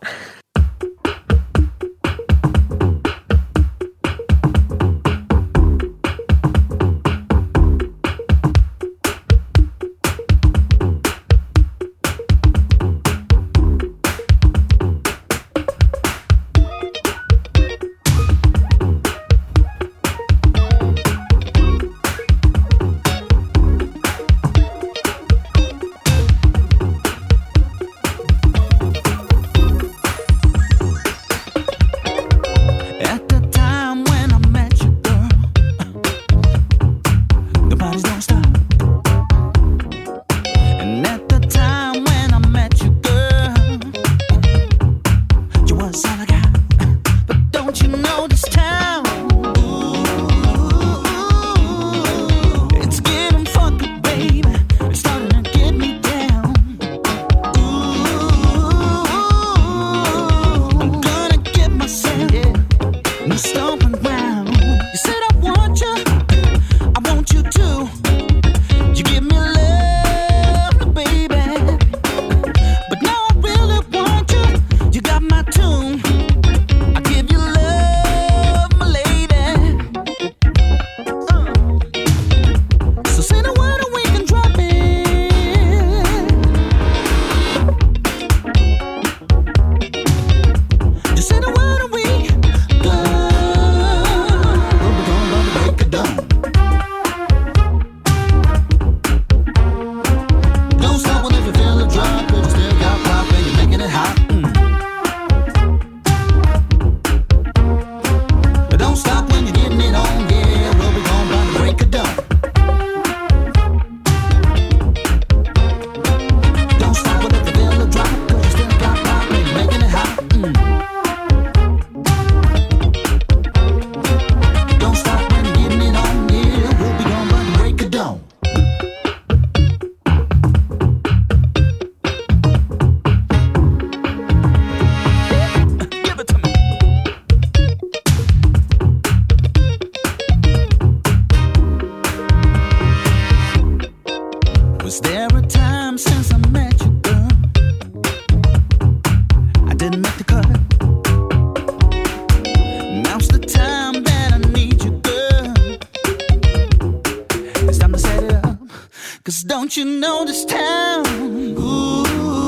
Don't you know this town? Ooh,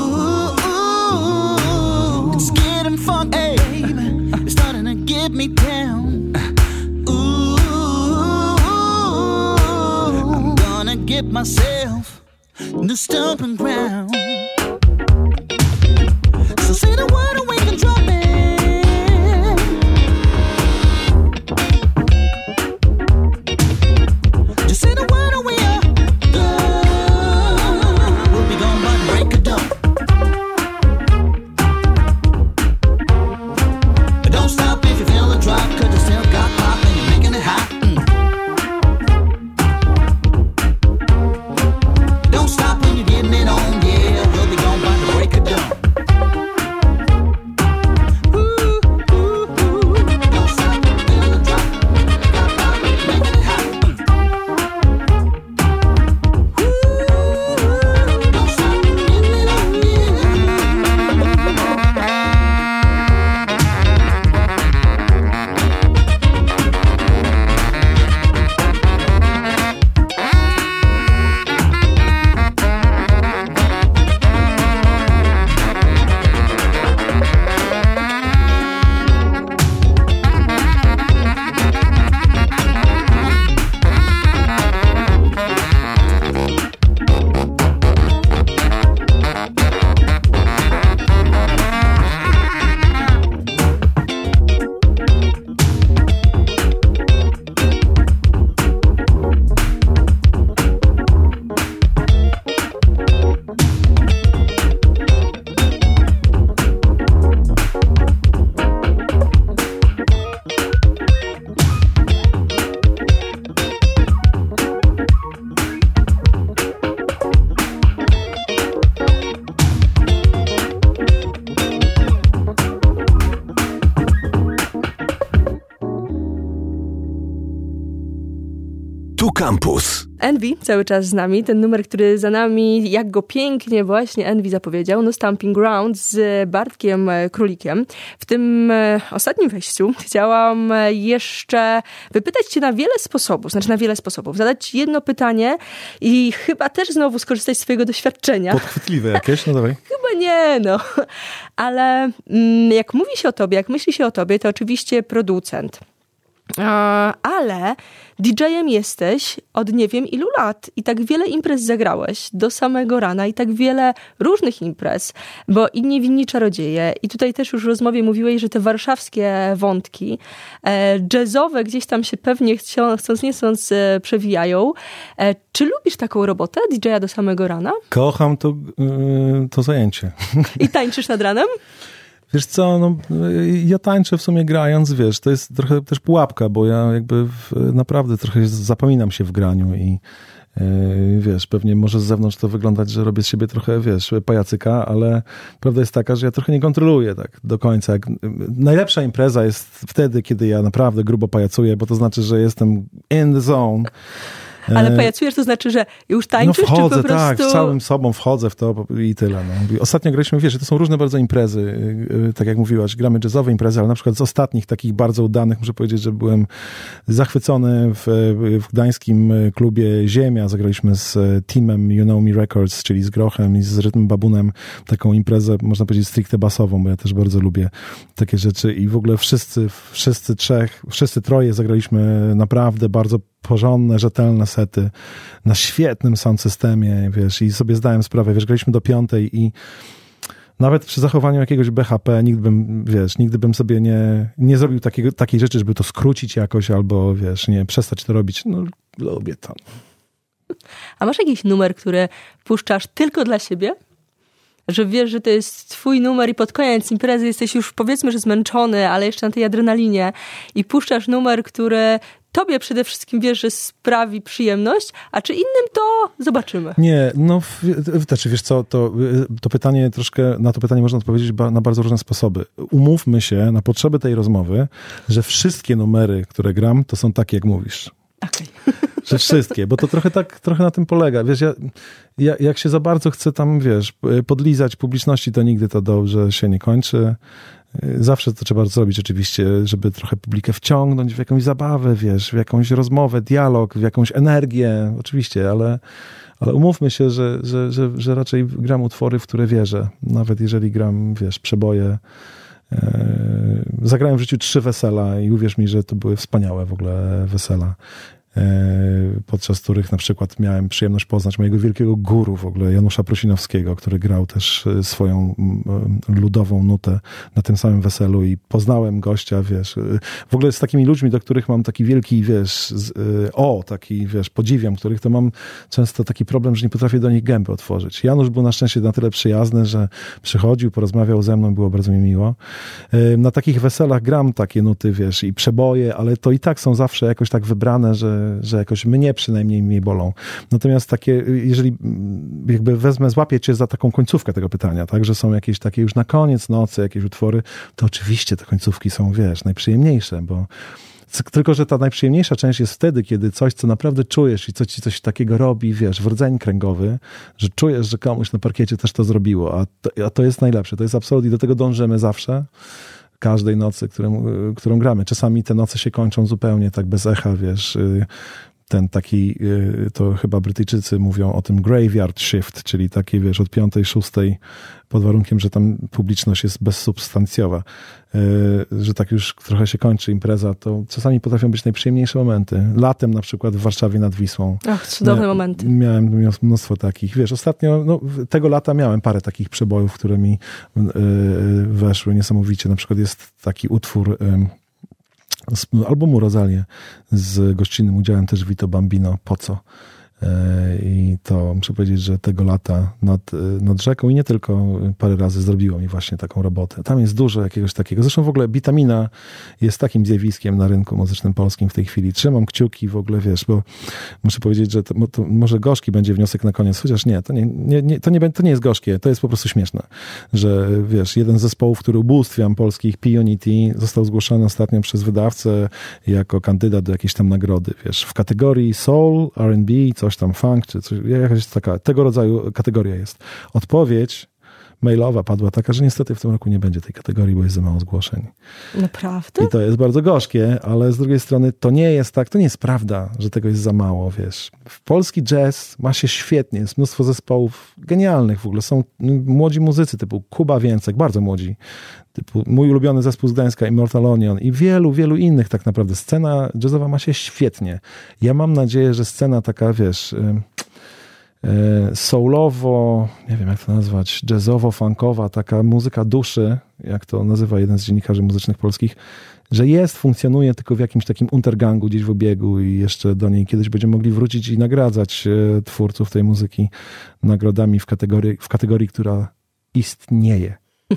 ooh, it's getting funky, baby. It's starting to get me down. Ooh, I'm gonna get myself new stomping ground. So say the word and we can drop it. Just say the word and we are done. We'll be gone by the break of dawn. But don't stop if you feel the drop, cause you still got pop and you're making it hot. Mm. Don't stop when you're getting it on, yeah. We'll Campus. Envy cały czas z nami, ten numer, który za nami, jak go pięknie właśnie Envy zapowiedział, No Stamping Ground z Bartkiem Królikiem. W tym ostatnim wejściu chciałam jeszcze wypytać cię na wiele sposobów, znaczy na wiele sposobów, zadać jedno pytanie i chyba też znowu skorzystać z swojego doświadczenia. Podchwytliwe jakieś? No dawaj. Chyba nie, no. Ale jak mówi się o tobie, jak myśli się o tobie, to oczywiście producent. Ale didżejem jesteś od nie wiem ilu lat i tak wiele imprez zagrałeś do samego rana i tak wiele różnych imprez, bo i Niewinni Czarodzieje i tutaj też już w rozmowie mówiłeś, że te warszawskie wątki e, jazzowe gdzieś tam się pewnie chcąc nie chcąc e, przewijają. E, czy lubisz taką robotę didżeja do samego rana? Kocham to, yy, to zajęcie. I tańczysz nad ranem? Wiesz co, no, ja tańczę w sumie grając, wiesz, to jest trochę też pułapka, bo ja jakby w, naprawdę trochę zapominam się w graniu i yy, wiesz, pewnie może z zewnątrz to wyglądać, że robię z siebie trochę, wiesz, pajacyka, ale prawda jest taka, że ja trochę nie kontroluję tak do końca. Jak, najlepsza impreza jest wtedy, kiedy ja naprawdę grubo pajacuję, bo to znaczy, że jestem in the zone. Ale pajacujesz, to znaczy, że już tańczysz, no wchodzę, czy po prostu... tak, z całym sobą wchodzę w to i tyle. No. Ostatnio graliśmy, wiesz, to są różne bardzo imprezy, tak jak mówiłaś, gramy jazzowe imprezy, ale na przykład z ostatnich takich bardzo udanych, muszę powiedzieć, że byłem zachwycony w, w gdańskim klubie Ziemia. Zagraliśmy z teamem You Know Me Records, czyli z Grochem i z Rytm Babunem, taką imprezę, można powiedzieć, stricte basową, bo ja też bardzo lubię takie rzeczy i w ogóle wszyscy, wszyscy trzech, wszyscy troje zagraliśmy naprawdę bardzo porządne, rzetelne sety na świetnym sound systemie, wiesz, i sobie zdałem sprawę, wiesz, graliśmy do piątej i nawet przy zachowaniu jakiegoś B H P nigdy bym, wiesz, nigdy bym sobie nie, nie zrobił takiego, takiej rzeczy, żeby to skrócić jakoś albo, wiesz, nie, przestać to robić. No, lubię to. A masz jakiś numer, który puszczasz tylko dla siebie? Że wiesz, że to jest twój numer i pod koniec imprezy jesteś już, powiedzmy, że zmęczony, ale jeszcze na tej adrenalinie i puszczasz numer, który tobie przede wszystkim, wiesz, że sprawi przyjemność, a czy innym to zobaczymy. Nie, no, znaczy wiesz co, to, to pytanie troszkę, na to pytanie można odpowiedzieć na bardzo różne sposoby. Umówmy się na potrzeby tej rozmowy, że wszystkie numery, które gram, to są takie, jak mówisz. Okej. Że wszystkie, bo to trochę tak, trochę na tym polega. Wiesz, ja, ja, jak się za bardzo chcę tam, wiesz, podlizać publiczności, to nigdy to dobrze się nie kończy. Zawsze to trzeba zrobić oczywiście, żeby trochę publikę wciągnąć w jakąś zabawę, wiesz, w jakąś rozmowę, dialog, w jakąś energię, oczywiście, ale, ale umówmy się, że, że, że, że raczej gram utwory, w które wierzę. Nawet jeżeli gram, wiesz, przeboje. Zagrałem w życiu trzy wesela i uwierz mi, że to były wspaniałe w ogóle wesela, podczas których na przykład miałem przyjemność poznać mojego wielkiego guru w ogóle, Janusza Prusinowskiego, który grał też swoją ludową nutę na tym samym weselu i poznałem gościa, wiesz, w ogóle z takimi ludźmi, do których mam taki wielki, wiesz, o, taki, wiesz, podziwiam, których to mam często taki problem, że nie potrafię do nich gęby otworzyć. Janusz był na szczęście na tyle przyjazny, że przychodził, porozmawiał ze mną, było bardzo mi miło. Na takich weselach gram takie nuty, wiesz, i przeboje, ale to i tak są zawsze jakoś tak wybrane, że że jakoś mnie przynajmniej mnie bolą. Natomiast takie, jeżeli jakby wezmę, złapię cię za taką końcówkę tego pytania, tak, że są jakieś takie już na koniec nocy jakieś utwory, to oczywiście te końcówki są, wiesz, najprzyjemniejsze, bo tylko, że ta najprzyjemniejsza część jest wtedy, kiedy coś, co naprawdę czujesz i co ci coś takiego robi, wiesz, w rdzeń kręgowy, że czujesz, że komuś na parkiecie też to zrobiło, a to, a to jest najlepsze, to jest absolutnie, do tego dążymy zawsze. Każdej nocy, którą, którą gramy. Czasami te noce się kończą zupełnie tak bez echa, wiesz, ten taki, to chyba Brytyjczycy mówią o tym graveyard shift, czyli takie, wiesz, od piątej, szóstej, pod warunkiem, że tam publiczność jest bezsubstancjowa, że tak już trochę się kończy impreza, to czasami potrafią być najprzyjemniejsze momenty. Latem na przykład w Warszawie nad Wisłą. Ach, cudowne Mia- momenty. Miałem mnóstwo takich. Wiesz, ostatnio, no, tego lata miałem parę takich przebojów, które mi yy, weszły niesamowicie. Na przykład jest taki utwór yy, z albumu Rosalie z gościnnym udziałem też Vito Bambino, Po co? I to muszę powiedzieć, że tego lata nad, nad rzeką i nie tylko parę razy zrobiło mi właśnie taką robotę. Tam jest dużo jakiegoś takiego. Zresztą w ogóle Bitamina jest takim zjawiskiem na rynku muzycznym polskim w tej chwili. Trzymam kciuki w ogóle, wiesz, bo muszę powiedzieć, że to, to może gorzki będzie wniosek na koniec, chociaż nie, to nie, nie, nie, to, nie, to nie jest gorzkie, to jest po prostu śmieszne, że wiesz, jeden z zespołów, który ubóstwiam polskich, P-Unity, został zgłoszony ostatnio przez wydawcę jako kandydat do jakiejś tam nagrody, wiesz, w kategorii soul, R and B, coś tam funk, czy coś, jakaś taka, tego rodzaju kategoria jest. Odpowiedź mailowa padła taka, że niestety w tym roku nie będzie tej kategorii, bo jest za mało zgłoszeń. Naprawdę? I to jest bardzo gorzkie, ale z drugiej strony to nie jest tak, to nie jest prawda, że tego jest za mało, wiesz. W polski jazz ma się świetnie, jest mnóstwo zespołów genialnych w ogóle. Są młodzi muzycy typu Kuba Więcek, bardzo młodzi, typu mój ulubiony zespół z Gdańska, Immortal Onion i wielu, wielu innych tak naprawdę. Scena jazzowa ma się świetnie. Ja mam nadzieję, że scena taka, wiesz... soulowo, nie wiem jak to nazwać, jazzowo-funkowa, taka muzyka duszy, jak to nazywa jeden z dziennikarzy muzycznych polskich, że jest, funkcjonuje tylko w jakimś takim untergangu gdzieś w obiegu i jeszcze do niej kiedyś będziemy mogli wrócić i nagradzać twórców tej muzyki nagrodami w kategorii, w kategorii, która istnieje.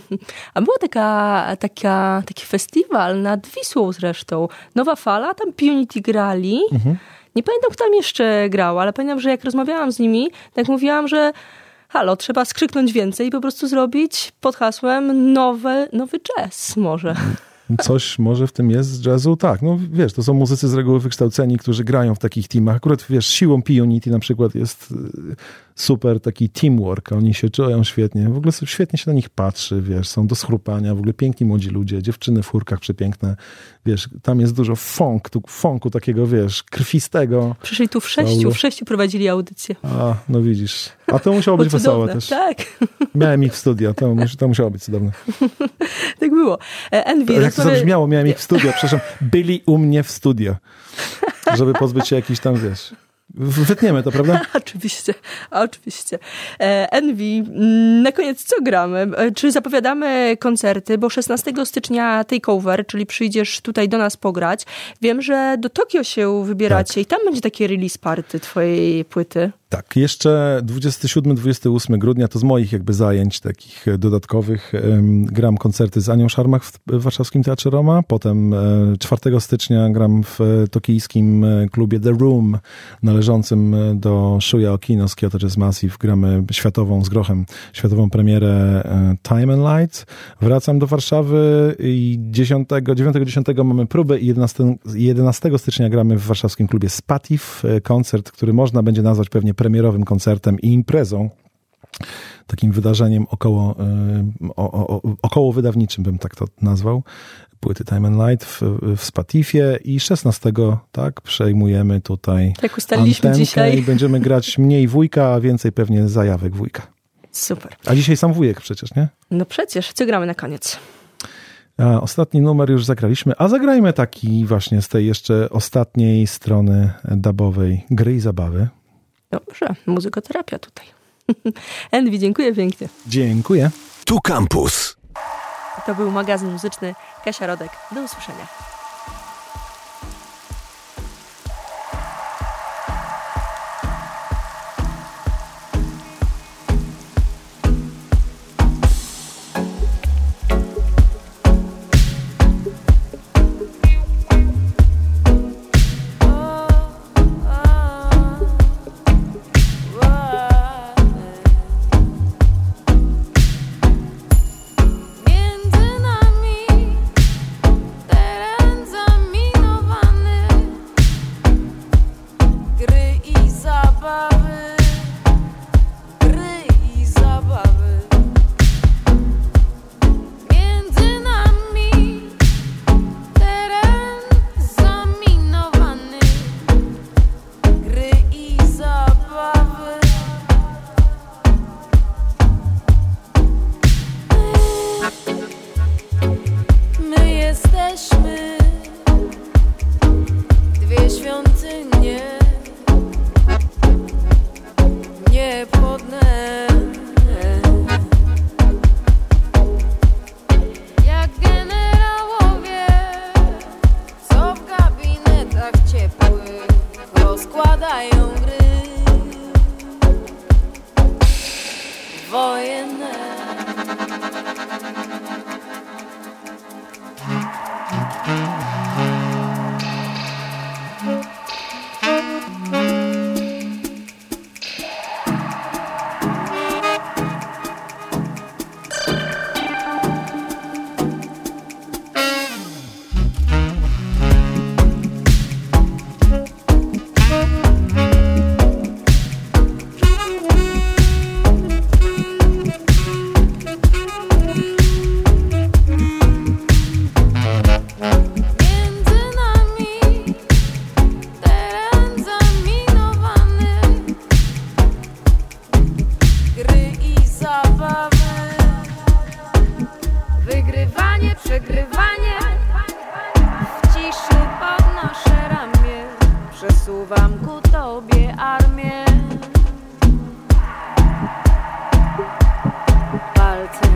A była taka, taka, taki festiwal nad Wisłą zresztą. Nowa Fala, tam P-Unity grali. Mhm. Nie pamiętam, kto tam jeszcze grał, ale pamiętam, że jak rozmawiałam z nimi, tak mówiłam, że halo, trzeba skrzyknąć więcej i po prostu zrobić pod hasłem nowy, nowy jazz może. Coś może w tym jest z jazzu? Tak, no wiesz, to są muzycy z reguły wykształceni, którzy grają w takich teamach. Akurat, wiesz, siłą P-Unity na przykład jest super taki teamwork, oni się czują świetnie, w ogóle świetnie się na nich patrzy, wiesz, są do schrupania, w ogóle piękni młodzi ludzie, dziewczyny w furkach przepiękne, wiesz, tam jest dużo funk, tu, funku takiego, wiesz, krwistego. Przyszli tu w sześciu, w sześciu prowadzili audycję. A, no widzisz. A to musiało być wesołe też. Tak. Miałem ich w studio, to, to musiało być cudowne. Tak było. Envy, jak rozmawiam... to zabrzmiało, miałem ich w studio, przepraszam, byli u mnie w studio, żeby pozbyć się jakichś tam, wiesz... Wytniemy to, prawda? Oczywiście, oczywiście. Envy, na koniec co gramy? Czy zapowiadamy koncerty? Bo szesnastego stycznia takeover, czyli przyjdziesz tutaj do nas pograć. Wiem, że do Tokio się wybieracie tak. I tam będzie takie release party twojej płyty. Tak, jeszcze dwudziestego siódmego do dwudziestego ósmego grudnia to z moich jakby zajęć takich dodatkowych um, gram koncerty z Anią Szarmach w, w warszawskim Teatrze Roma, potem um, czwartego stycznia gram w tokijskim klubie The Room należącym do Shuya Okino z Kyoto Jazz Massive. Gramy światową z Grochem, światową premierę um, Time and Light. Wracam do Warszawy i dziesiątego, dziewiątego, dziesiątego mamy próbę i jedenastego stycznia gramy w warszawskim klubie Spatif. Koncert, który można będzie nazwać pewnie premierowym koncertem i imprezą, takim wydarzeniem około, o, o, około wydawniczym bym tak to nazwał, płyty Time and Light w, w Spatifie i szesnastego tak, przejmujemy tutaj tak ustaliliśmy antenkę dzisiaj. I będziemy grać mniej wujka, a więcej pewnie zajawek wujka. Super. A dzisiaj sam wujek przecież, nie? No przecież. Co gramy na koniec? A ostatni numer już zagraliśmy, a zagrajmy taki właśnie z tej jeszcze ostatniej strony dubowej gry i zabawy. Dobrze, muzykoterapia tutaj. Envy, dziękuję pięknie. Dziękuję. Tu Campus. To był magazyn muzyczny. Kasia Rodek. Do usłyszenia. Między nami teraz wojenne. Przesuwam ku tobie armię. Palce.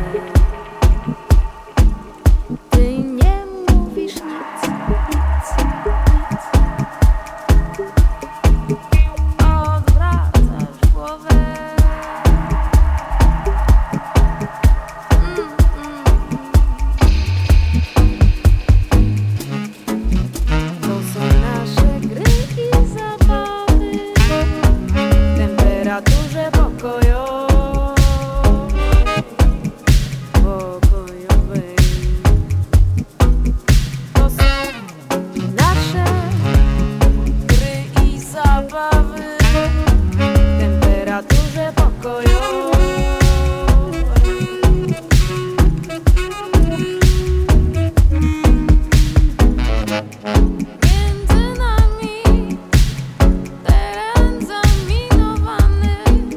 Ty nie mówisz nic, nic, nic. Odwracasz głowę. Mm, mm. To są nasze gry i zabawy w temperaturze pokojowej, pokojowej. To są nasze gry i zabawy w temperaturze pokojowej. Między nami teren zaminowany.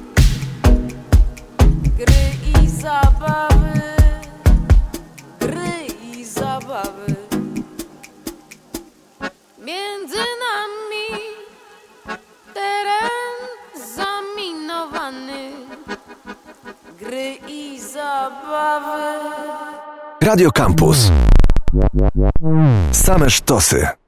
Gry i zabawy, gry i zabawy. Między nami teren zaminowany. Gry i zabawy. Radio Campus. Same sztosy.